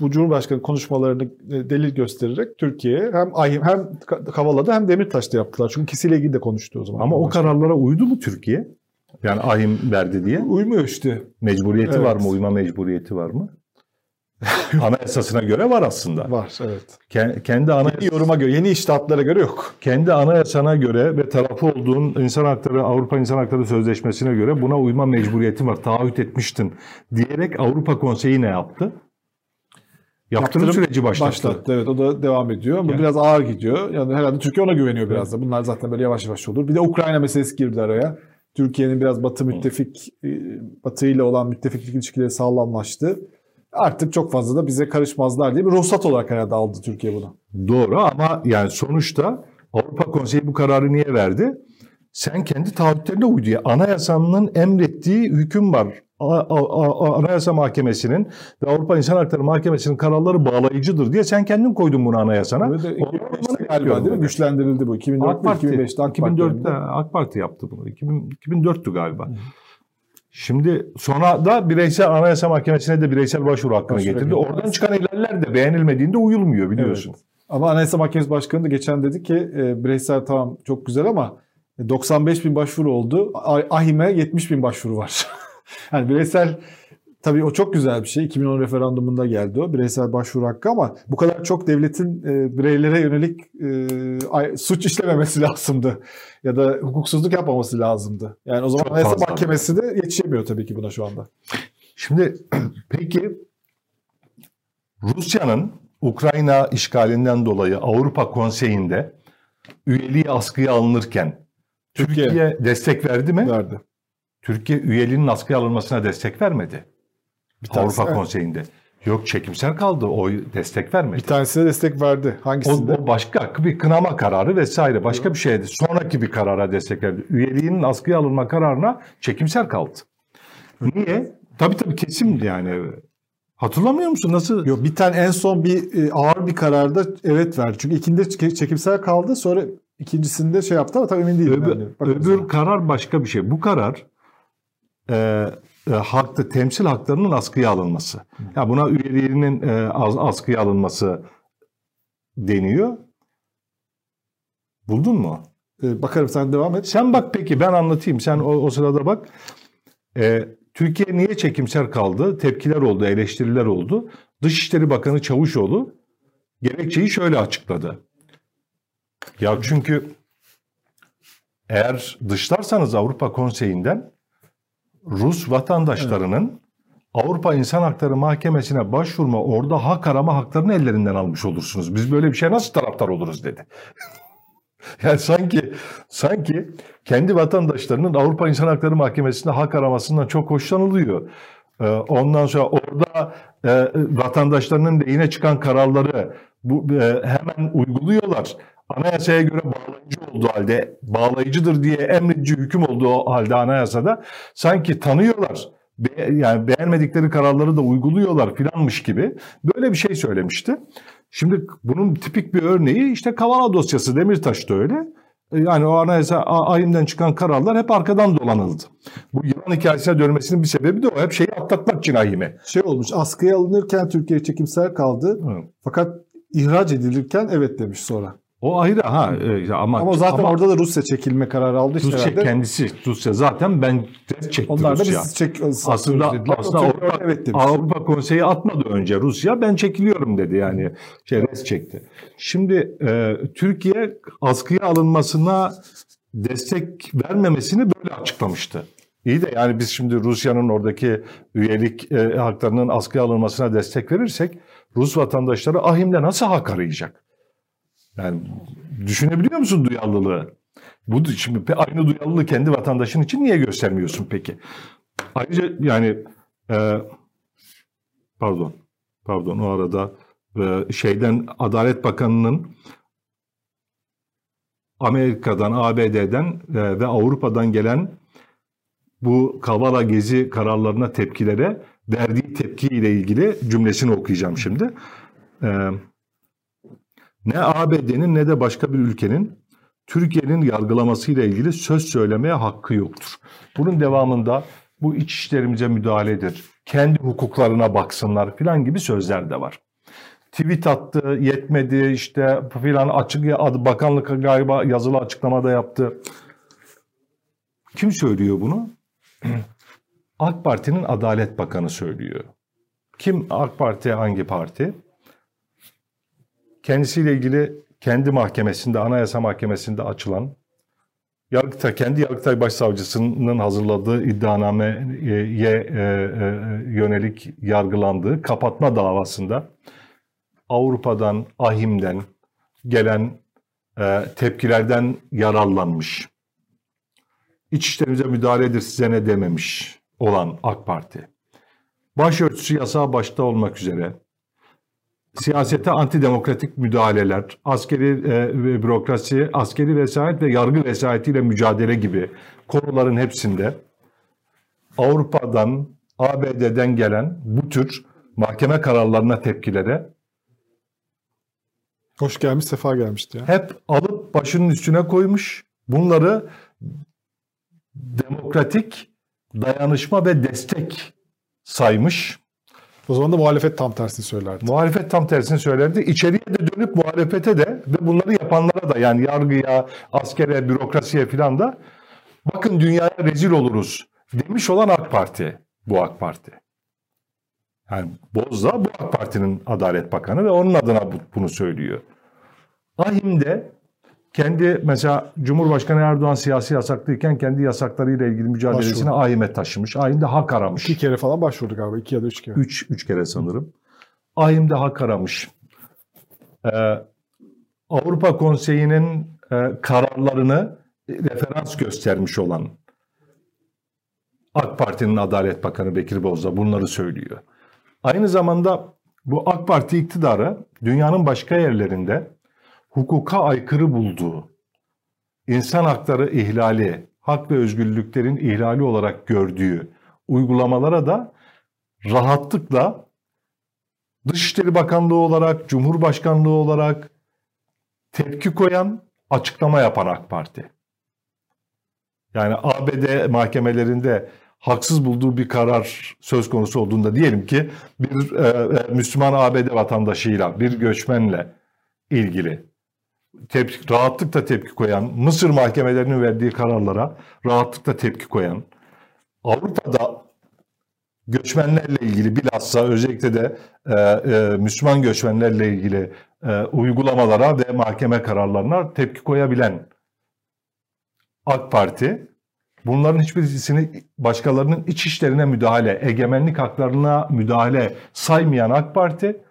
bu Cumhurbaşkanı konuşmalarını e, delil göstererek Türkiye'ye hem AİM hem Kavala'da hem Demirtaş'ta yaptılar. Çünkü ikisiyle ilgili de konuştu o zaman. Ama o kararlara uydu mu Türkiye? Yani AİM verdi diye. Uymuyor işte. Mecburiyeti Evet. var mı? Uyma mecburiyeti var mı? Anayasasına göre var aslında. Var, evet. Kendi anayas- Yeni yoruma göre, yeni iştahatlara göre yok. Kendi anayasana göre ve tarafı olduğun İnsan Hakları Avrupa İnsan Hakları Sözleşmesi'ne göre buna uyma mecburiyeti var. Taahhüt etmiştin diyerek Avrupa Konseyi ne yaptı? Yaptırım, Yaptırım süreci başlattı. başlattı. Evet, o da devam ediyor ama yani, biraz ağır gidiyor. Yani herhalde Türkiye ona güveniyor biraz da. Bunlar zaten böyle yavaş yavaş olur. Bir de Ukrayna meselesi girdi araya. Türkiye'nin biraz Batı müttefik, Batı ile olan müttefiklik ilişkileri sağlamlaştı. Artık çok fazla da bize karışmazlar diye bir ruhsat olarak herhalde aldı Türkiye bunu. Doğru ama yani sonuçta Avrupa Konseyi bu kararı niye verdi? Sen kendi taahhütlerine uy diye. Anayasanın emrettiği hüküm var. A- A- A- Anayasa Mahkemesi'nin ve Avrupa İnsan Hakları Mahkemesi'nin kararları bağlayıcıdır diye sen kendin koydun bunu anayasana. Evet, iki bin beşte galiba değil mi? Güçlendirildi bu. iki bin dörtte, iki bin beşte AK iki bin dörtte AK Parti yaptı bunu. iki bin, iki bin dörttü galiba. Hı. Şimdi sonra da bireysel Anayasa Mahkemesi'ne de bireysel başvuru hakkını başvuru getirdi. Oradan evet. çıkan ilerler de beğenilmediğinde uyulmuyor biliyorsun. Evet. Ama Anayasa Mahkemesi Başkanı da geçen dedi ki e, bireysel tamam çok güzel ama doksan beş bin başvuru oldu. AİM'e yetmiş bin başvuru var. Yani bireysel tabii o çok güzel bir şey. iki bin on referandumunda geldi o bireysel başvuru hakkı ama bu kadar çok devletin e, bireylere yönelik e, suç işlememesi lazımdı. Ya da hukuksuzluk yapmaması lazımdı. Yani o zaman çok Anayasa Mahkemesi de yetişemiyor tabii ki buna şu anda. Şimdi peki Rusya'nın Ukrayna işgalinden dolayı Avrupa Konseyi'nde üyeliği askıya alınırken Türkiye, Türkiye destek verdi mi? Verdi. Türkiye üyeliğinin askıya alınmasına destek vermedi. Bir tanesi, Avrupa evet. Konseyi'nde. Yok çekimser kaldı. O destek vermedi. Bir tanesine destek verdi. Hangisinde? O, o başka bir kınama kararı vesaire. Başka evet. bir şeydi. Sonraki bir karara destek verdi. Üyeliğinin askıya alınma kararına çekimser kaldı. Niye? Tabii tabii kesin yani. Hatırlamıyor musun? Nasıl? Yok bir tane en son bir ağır bir kararda evet verdi. Çünkü ikinde çekimser kaldı. Sonra ikincisinde şey yaptı ama tabii emin değilim. Öbür, yani. öbür sana. karar başka bir şey. Bu karar e, e, haklı, temsil haklarının askıya alınması. Hı. Yani buna üyeliğinin e, az, askıya alınması deniyor. Buldun mu? E, bakarım sen devam et. Sen bak peki ben anlatayım. Sen o, o sırada bak. E, Türkiye niye çekimser kaldı? Tepkiler oldu, eleştiriler oldu. Dışişleri Bakanı Çavuşoğlu gerekçeyi şöyle açıkladı. Ya çünkü eğer dışlarsanız Avrupa Konseyi'nden Rus vatandaşlarının evet. Avrupa İnsan Hakları Mahkemesi'ne başvurma, orada hak arama haklarını ellerinden almış olursunuz. Biz böyle bir şeye nasıl taraftar oluruz dedi. Yani sanki sanki kendi vatandaşlarının Avrupa İnsan Hakları Mahkemesi'nde hak aramasından çok hoşlanılıyor. Ondan sonra orada e, vatandaşlarının lehine çıkan kararları bu e, hemen uyguluyorlar. Anayasaya göre bağlayıcı olduğu halde, bağlayıcıdır diye emredici hüküm olduğu halde anayasada sanki tanıyorlar. Be, yani beğenmedikleri kararları da uyguluyorlar filanmış gibi böyle bir şey söylemişti. Şimdi bunun tipik bir örneği işte Kavala dosyası, Demirtaş da öyle. Yani o anayasa AİM'den çıkan kararlar hep arkadan dolanıldı. Bu yılan hikayesine dönmesinin bir sebebi de o. Hep şeyi atlatmak için AİM'e. Şey olmuş, askıya alınırken Türkiye çekimser kaldı. Hı. Fakat ihraç edilirken evet demiş sonra. O ayrı ha e, ama ama zaten ama, orada da Rusya çekilme kararı aldı işte Rusya herhalde. kendisi Rusya zaten ben res çekti Onlar da Rusya. Biz çek, aslında aslında Avrupa, evet Avrupa Konseyi atmadı önce Rusya ben çekiliyorum dedi yani şey res çekti. Şimdi e, Türkiye askıya alınmasına destek vermemesini böyle açıklamıştı. İyi de yani biz şimdi Rusya'nın oradaki üyelik e, haklarının askıya alınmasına destek verirsek Rus vatandaşları AİM'de nasıl hak arayacak? Yani düşünebiliyor musun duyarlılığı? Bu şimdi aynı duyarlılığı kendi vatandaşın için niye göstermiyorsun peki? Ayrıca yani e, pardon pardon o arada e, şeyden Adalet Bakanı'nın Amerika'dan, A B D'den e, ve Avrupa'dan gelen bu Kavala gezi kararlarına tepkilere verdiği tepkiyle ilgili cümlesini okuyacağım şimdi. E, Ne A B D'nin ne de başka bir ülkenin Türkiye'nin yargılamasıyla ilgili söz söylemeye hakkı yoktur. Bunun devamında bu iç işlerimize müdahaledir, kendi hukuklarına baksınlar filan gibi sözler de var. tweet attı, yetmedi işte filan, açık bakanlık galiba yazılı açıklamada yaptı. Kim söylüyor bunu? AK Parti'nin Adalet Bakanı söylüyor. Kim AK Parti, hangi parti? Kendisiyle ilgili kendi mahkemesinde, Anayasa Mahkemesi'nde açılan, Yargıtay, kendi Yargıtay Başsavcısının hazırladığı iddianameye yönelik yargılandığı kapatma davasında Avrupa'dan, AİHM'den gelen tepkilerden yararlanmış. İçişlerinize müdahaledir, size ne dememiş olan AK Parti. Başörtüsü yasağı başta olmak üzere siyasete antidemokratik müdahaleler, askeri e, bürokrasi, askeri vesayet ve yargı vesayetiyle mücadele gibi konuların hepsinde Avrupa'dan, A B D'den gelen bu tür mahkeme kararlarına tepkilere hoş gelmiş, sefa gelmişti ya. Hep alıp başının üstüne koymuş. Bunları demokratik dayanışma ve destek saymış. O zaman da muhalefet tam tersini söylerdi. Muhalefet tam tersini söylerdi. İçeriye de dönüp muhalefete de ve bunları yapanlara da, yani yargıya, askere, bürokrasiye filan da bakın dünyaya rezil oluruz demiş olan AK Parti. Bu AK Parti. Yani Bozdağ bu AK Parti'nin Adalet Bakanı ve onun adına bunu söylüyor. AİHM'de kendi mesela Cumhurbaşkanı Erdoğan siyasi yasaklıyken kendi yasaklarıyla ilgili mücadelesini AİHM'e taşımış. AİHM'de hak aramış. İki kere falan başvurdu galiba. İki ya da üç kere. Üç, üç kere sanırım. AİHM'de hak aramış. Ee, Avrupa Konseyi'nin e, kararlarını referans göstermiş olan AK Parti'nin Adalet Bakanı Bekir Bozdağ bunları söylüyor. Aynı zamanda bu AK Parti iktidarı dünyanın başka yerlerinde hukuka aykırı bulduğu, insan hakları ihlali, hak ve özgürlüklerin ihlali olarak gördüğü uygulamalara da rahatlıkla Dışişleri Bakanlığı olarak, Cumhurbaşkanlığı olarak tepki koyan, açıklama yapan AK Parti. Yani A B D mahkemelerinde haksız bulduğu bir karar söz konusu olduğunda, diyelim ki bir e, Müslüman A B D vatandaşıyla, bir göçmenle ilgili tepki, rahatlıkla tepki koyan, Mısır mahkemelerinin verdiği kararlara rahatlıkla tepki koyan, Avrupa'da göçmenlerle ilgili bilhassa özellikle de e, e, Müslüman göçmenlerle ilgili e, uygulamalara ve mahkeme kararlarına tepki koyabilen AK Parti, bunların hiçbirisini başkalarının iç işlerine müdahale, egemenlik haklarına müdahale saymayan AK Parti,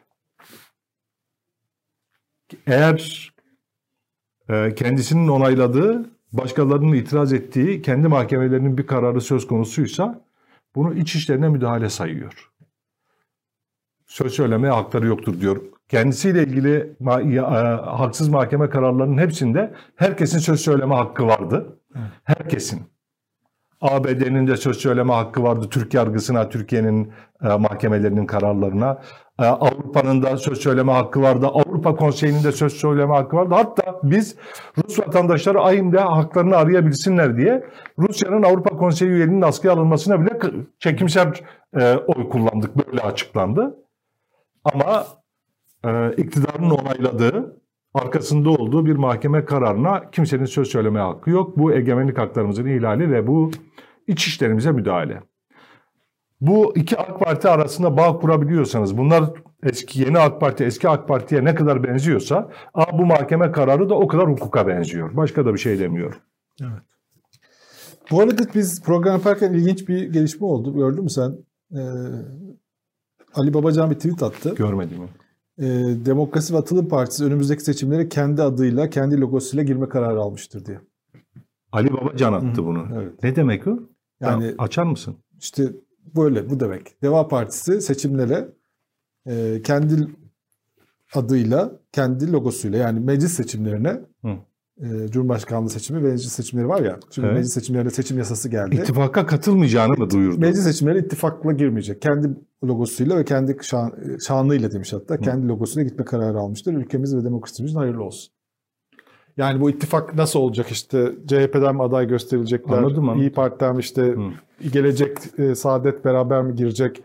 eğer e, kendisinin onayladığı, başkalarının itiraz ettiği kendi mahkemelerinin bir kararı söz konusuysa bunu iç işlerine müdahale sayıyor. Söz söylemeye hakları yoktur diyor. Kendisiyle ilgili ma e, haksız mahkeme kararlarının hepsinde herkesin söz söyleme hakkı vardı. Herkesin. A B D'nin de söz söyleme hakkı vardı Türk yargısına, Türkiye'nin e, mahkemelerinin kararlarına. E, Avrupa'nın da söz söyleme hakkı vardı. Avrupa Konseyi'nin de söz söyleme hakkı vardı. Hatta biz Rus vatandaşları AİHM'de haklarını arayabilsinler diye Rusya'nın Avrupa Konseyi üyeliğinin askıya alınmasına bile çekimser e, oy kullandık. Böyle açıklandı. Ama e, iktidarın onayladığı, arkasında olduğu bir mahkeme kararına kimsenin söz söyleme hakkı yok. Bu egemenlik haklarımızın ihlali ve bu iç işlerimize müdahale. Bu iki AK Parti arasında bağ kurabiliyorsanız, bunlar eski yeni AK Parti eski AK Parti'ye ne kadar benziyorsa, bu mahkeme kararı da o kadar hukuka benziyor. Başka da bir şey demiyorum. Evet. Bu arada biz program yaparken ilginç bir gelişme oldu. Gördün mü sen? Ee, Ali Babacan bir tweet attı. Görmedim mi? Ee, Demokrasi ve Atılım Partisi önümüzdeki seçimlere kendi adıyla, kendi logosuyla girme kararı almıştır diye. Ali Babacan attı Hı-hı. bunu. Evet. Ne demek o? Yani ya, açar mısın? İşte böyle bu demek. Deva Partisi seçimlere e, kendi adıyla, kendi logosuyla, yani meclis seçimlerine, e, Cumhurbaşkanlığı seçimi ve meclis seçimleri var ya. Şimdi evet. Meclis seçimlerine seçim yasası geldi. İttifaka katılmayacağını mı duyurdu? Meclis seçimleri ittifakla girmeyecek. Kendi logosuyla ve kendi şan, şanlığıyla demiş hatta. Hı. Kendi logosuyla gitme kararı almıştır. Ülkemiz ve demokrasimizin hayırlı olsun. Yani bu ittifak nasıl olacak, işte C H P'den mi aday gösterilecekler? İYİ Parti'den mi işte Hı. gelecek e, Saadet beraber mi girecek?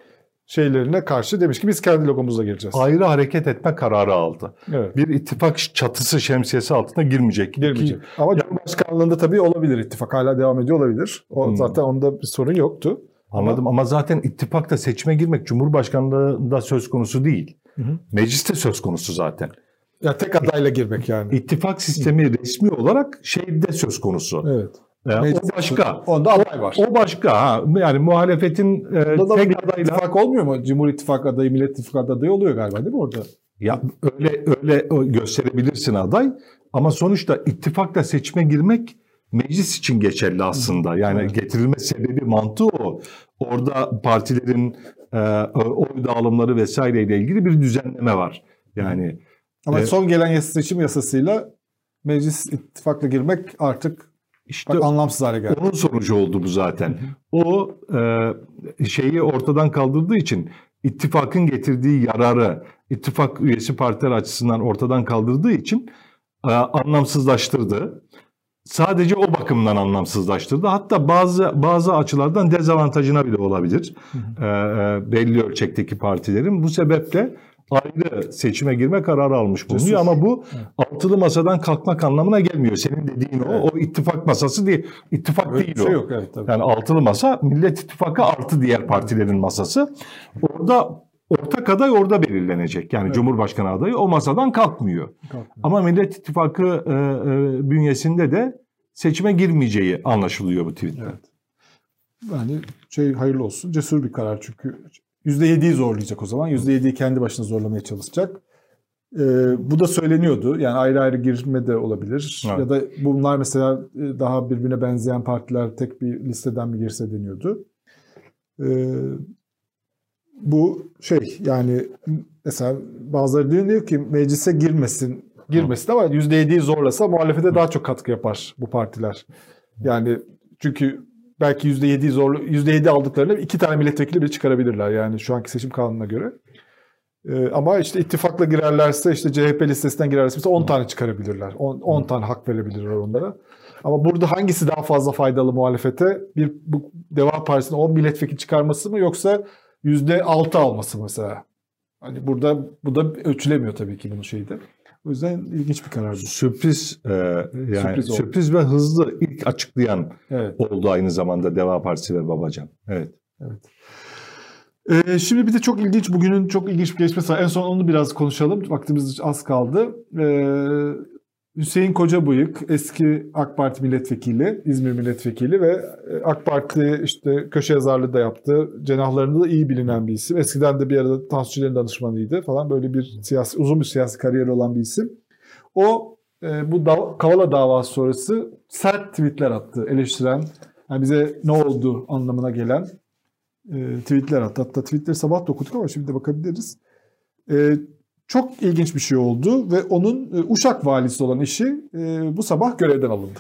şeylerine karşı demiş ki biz kendi logomuzla geleceğiz. Ayrı hareket etme kararı aldı. Evet. Bir ittifak çatısı şemsiyesi altına girmeyecek. Girmeyecek. Ama Cumhurbaşkanlığında tabii olabilir, ittifak hala devam ediyor olabilir. O hmm. zaten onda bir sorun yoktu. Anladım ama, ama zaten ittifakta seçime girmek Cumhurbaşkanlığında söz konusu değil. Hı hı. Mecliste söz konusu zaten. Ya tek adayla girmek yani. İttifak sistemi hı. resmi olarak şeyde söz konusu. Evet. Yani o başka. Onda aday var. O başka. Ha. Yani muhalefetin e, tek adayla. İttifak olmuyor mu? Cumhur İttifakı adayı, Millet İttifakı adayı oluyor galiba değil mi orada? Ya öyle öyle gösterebilirsin aday ama sonuçta ittifakla seçime girmek meclis için geçerli aslında. Yani evet. getirilme sebebi, mantığı o. Orada partilerin e, oy dağılımları vesaireyle ilgili bir düzenleme var. Yani ama e, son gelen yasa, seçim yasasıyla meclis ittifakla girmek artık işte bak, anlamsız hale geldi. Onun sonucu oldu bu zaten. O e, şeyi ortadan kaldırdığı için ittifakın getirdiği yararı ittifak üyesi partiler açısından ortadan kaldırdığı için e, anlamsızlaştırdı. Sadece o bakımdan anlamsızlaştırdı. Hatta bazı bazı açılardan dezavantajına bile olabilir. Hı hı. E, belli ölçekteki partilerin. Bu sebeple ayrı seçime girme kararı almış bulunuyor. Ama bu evet. altılı masadan kalkmak anlamına gelmiyor. Senin dediğin o. Evet. O ittifak masası değil. İttifak öyle değil şey o. Yok, evet, tabii. Yani altılı masa Millet İttifakı artı diğer partilerin masası. Orada ortak aday orada belirlenecek. Yani evet. Cumhurbaşkanı adayı o masadan kalkmıyor. Kalkmıyor. Ama Millet İttifakı e, e, bünyesinde de seçime girmeyeceği anlaşılıyor bu tweetten. Evet. Yani şey hayırlı olsun. Cesur bir karar çünkü yüzde yediyi zorlayacak o zaman. yüzde yediyi kendi başına zorlamaya çalışacak. Ee, bu da söyleniyordu. Yani ayrı ayrı girme de olabilir. Evet. Ya da bunlar mesela daha birbirine benzeyen partiler tek bir listeden mi girse deniyordu. Ee, bu şey yani mesela bazıları diyor ki meclise girmesin. Girmesin ama yüzde yediyi zorlasa muhalefete daha çok katkı yapar bu partiler. Yani çünkü belki yüzde yediyi zorlu, yüzde yedi aldıklarında iki tane milletvekili bile çıkarabilirler yani şu anki seçim kanununa göre. Ee, ama işte ittifakla girerlerse işte C H P listesinden girerlerse mesela on tane çıkarabilirler. on tane hak verebilirler onlara. Ama burada hangisi daha fazla faydalı muhalefete? Bir bu Deva Partisi'nin on milletvekili çıkarması mı yoksa yüzde altı alması mesela? Hani burada bu da ölçülemiyor tabii ki bunun şeyde. O yüzden ilginç bir karardı. Sürpriz e, yani sürpriz, sürpriz ve hızlı ilk açıklayan evet. oldu aynı zamanda Deva Partisi ve Babacan. Evet. Evet. Ee, şimdi bir de çok ilginç bugünün çok ilginç bir gelişmesi var. En son onu biraz konuşalım. Vaktimiz az kaldı. Ee, Hüseyin Kocabıyık eski AK Parti milletvekili, İzmir milletvekili ve AK Parti işte köşe yazarlığı da yaptı. Cenahlarında da iyi bilinen bir isim. Eskiden de bir arada Tansu Çiller'in danışmanıydı falan. Böyle bir siyasi, uzun bir siyasi kariyeri olan bir isim. O e, bu da, Kavala davası sonrası sert tweetler attı. Eleştiren, yani bize ne oldu anlamına gelen e, tweetler attı. Hatta tweetleri sabah da okuduk ama şimdi de bakabiliriz. E, Çok ilginç bir şey oldu ve onun e, Uşak valisi olan işi e, bu sabah görevden alındı.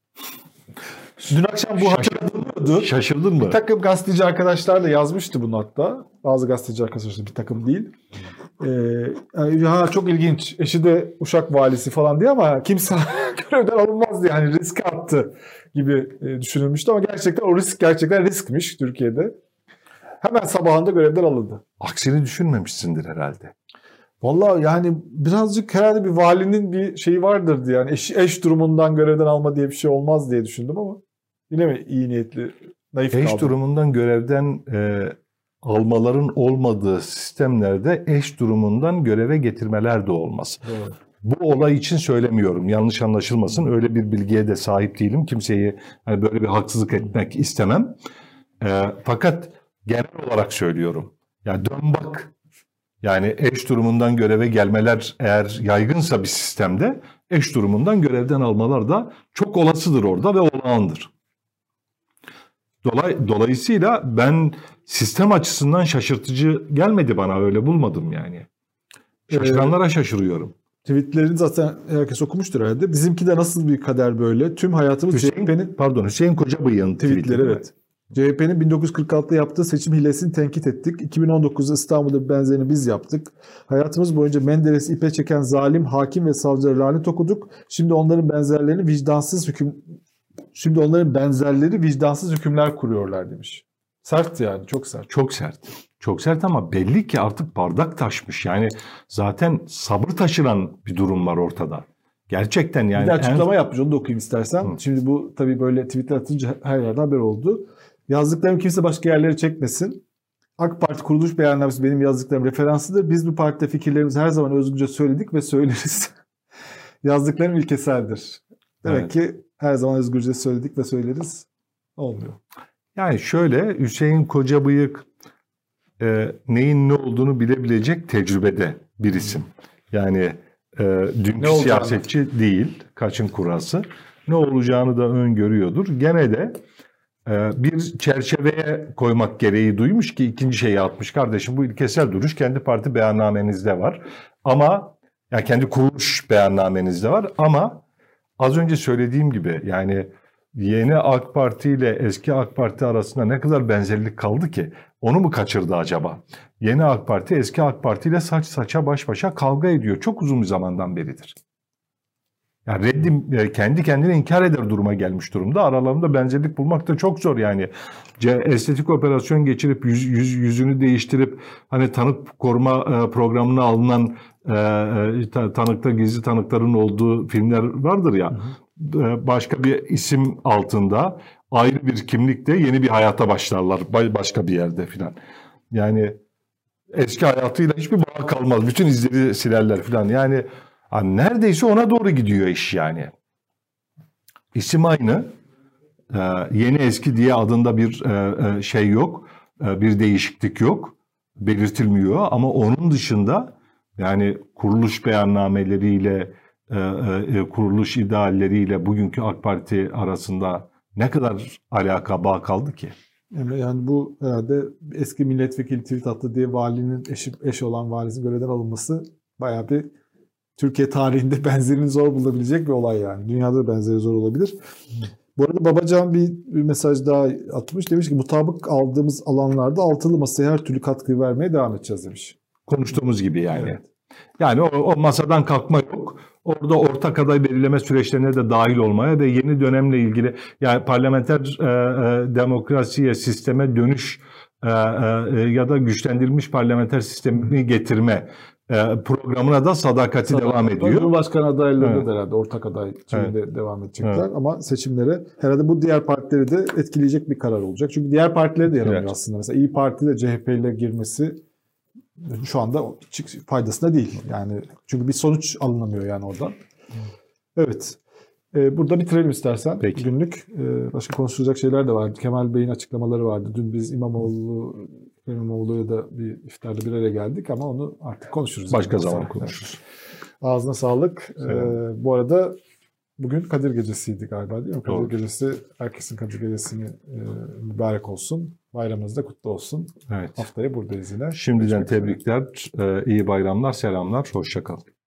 Dün akşam bu hatırlanıyordu. Şaşırdın mı? Bir takım gazeteci arkadaşlar da yazmıştı bunu hatta. Bazı gazeteci arkadaşlar bir takım değil. E, yani, ha, çok ilginç. Eşi de Uşak valisi falan diye ama kimse görevden alınmaz diye yani riske attı gibi e, düşünülmüştü ama gerçekten o risk gerçekten riskmiş Türkiye'de. Hemen sabahında görevden alındı. Aksini düşünmemişsindir herhalde. Vallahi yani birazcık herhalde bir valinin bir şeyi vardır diye. Yani eş, eş durumundan görevden alma diye bir şey olmaz diye düşündüm ama yine mi iyi niyetli, naif kaldım? Eş durumundan görevden e, almaların olmadığı sistemlerde eş durumundan göreve getirmeler de olmaz. Evet. Bu olay için söylemiyorum. Yanlış anlaşılmasın. Öyle bir bilgiye de sahip değilim. Kimseyi hani böyle bir haksızlık etmek istemem. E, fakat genel olarak söylüyorum. Yani dön bak. Yani eş durumundan göreve gelmeler eğer yaygınsa bir sistemde eş durumundan görevden almalar da çok olasıdır orada ve olağandır. Dolay, dolayısıyla ben sistem açısından şaşırtıcı gelmedi bana, öyle bulmadım yani. Şaşıranlara şaşırıyorum. Tweetlerini zaten herkes okumuştur herhalde. Bizimki de nasıl bir kader böyle? Tüm hayatımız Hüseyin, C H P'nin pardon Hüseyin Kocabıyık'ın tweetleri evet. C H P'nin bin dokuz yüz kırk altıda yaptığı seçim hilesini tenkit ettik. iki bin on dokuzda İstanbul'da bir benzerini biz yaptık. Hayatımız boyunca Menderes'i ipe çeken zalim hakim ve savcılara lanet okuduk. Şimdi onların benzerlerini vicdansız hüküm şimdi onların benzerleri vicdansız hükümler kuruyorlar demiş. Sert yani, çok sert. Çok sert. Çok sert ama belli ki artık bardak taşmış. Yani zaten sabır taşıran bir durum var ortada. Gerçekten yani. Bir de açıklama en... yapmış, onu da okuyayım istersen. Hı. Şimdi bu tabii böyle Twitter atınca her yerde haber oldu. Yazdıklarım kimse başka yerlere çekmesin. AK Parti kuruluş beyannamesi benim yazdıklarım referansıdır. Biz bu partide fikirlerimizi her zaman özgürce söyledik ve söyleriz. Yazdıklarım ilkeseldir. Demek evet. ki her zaman özgürce söyledik ve söyleriz. Olmuyor. Yani şöyle, Hüseyin Kocabıyık e, neyin ne olduğunu bilebilecek tecrübede bir isim. Yani e, dünkü siyasetçi değil, kaçın kurası. Ne olacağını da öngörüyordur. Gene de e, bir çerçeveye koymak gereği duymuş ki ikinci şeyi atmış. Kardeşim, bu ilkesel duruş kendi parti beyannamenizde var. Ama yani kendi kuruluş beyannamenizde var. Ama az önce söylediğim gibi yani yeni AK Parti ile eski AK Parti arasında ne kadar benzerlik kaldı ki? Onu mu kaçırdı acaba? Yeni AK Parti eski AK Parti ile saç saça baş başa kavga ediyor. Çok uzun bir zamandan beridir. Yani reddim kendi kendine inkar eder duruma gelmiş durumda. Aralarında benzerlik bulmak da çok zor yani. Estetik operasyon geçirip yüz, yüz, yüzünü değiştirip hani tanık koruma programına alınan tanıkta gizli tanıkların olduğu filmler vardır ya. Hı hı. Başka bir isim altında ayrı bir kimlikte yeni bir hayata başlarlar. Başka bir yerde filan. Yani eski hayatıyla hiçbir bağ kalmaz. Bütün izleri silerler filan. Yani neredeyse ona doğru gidiyor iş yani. İsim aynı. Ee, yeni eski diye adında bir e, şey yok. E, bir değişiklik yok. Belirtilmiyor ama onun dışında yani kuruluş beyannameleriyle e, e, kuruluş idealleriyle bugünkü AK Parti arasında ne kadar alaka, bağ kaldı ki? Yani bu herhalde eski milletvekili tweet attı diye valinin eşi, eş olan valisinin görevden alınması bayağı bir Türkiye tarihinde benzerini zor bulabilecek bir olay yani. Dünyada da benzeri zor olabilir. Bu arada Babacan bir, bir mesaj daha atmış. Demiş ki mutabık aldığımız alanlarda altılı masaya her türlü katkı vermeye devam edeceğiz demiş. Konuştuğumuz gibi yani. Evet. Yani o, o masadan kalkma yok. Orada ortak aday belirleme süreçlerine de dahil olmaya ve yeni dönemle ilgili yani parlamenter e, e, demokrasiye, sisteme dönüş e, e, ya da güçlendirilmiş parlamenter sistemi getirme programına da sadakati Sadakat, devam ediyor. Cumhurbaşkanı adaylarında evet. da herhalde ortak aday şeyinde evet. devam edecekler. Evet. Ama seçimlere herhalde bu diğer partileri de etkileyecek bir karar olacak. Çünkü diğer partileri de yaramıyor evet. aslında. Mesela İYİ Parti de C H P ile girmesi şu anda faydasında değil. Yani çünkü bir sonuç alınamıyor yani oradan. Evet. Ee, burada bitirelim istersen. Peki. Günlük. Ee, başka konuşulacak şeyler de vardı. Kemal Bey'in açıklamaları vardı. Dün biz İmamoğlu İmamoğlu'ya da bir iftarda bir araya geldik ama onu artık konuşuruz. Başka yani. zaman konuşuruz. Ağzına sağlık. Ee, bu arada bugün Kadir Gecesi'ydi galiba değil mi? Kadir Doğru. Gecesi, herkesin Kadir Gecesi'ni e, mübarek olsun. Bayramınız da kutlu olsun. Evet. Haftaya buradayız yine. Şimdiden tebrikler, e, iyi bayramlar, selamlar, hoşça kalın.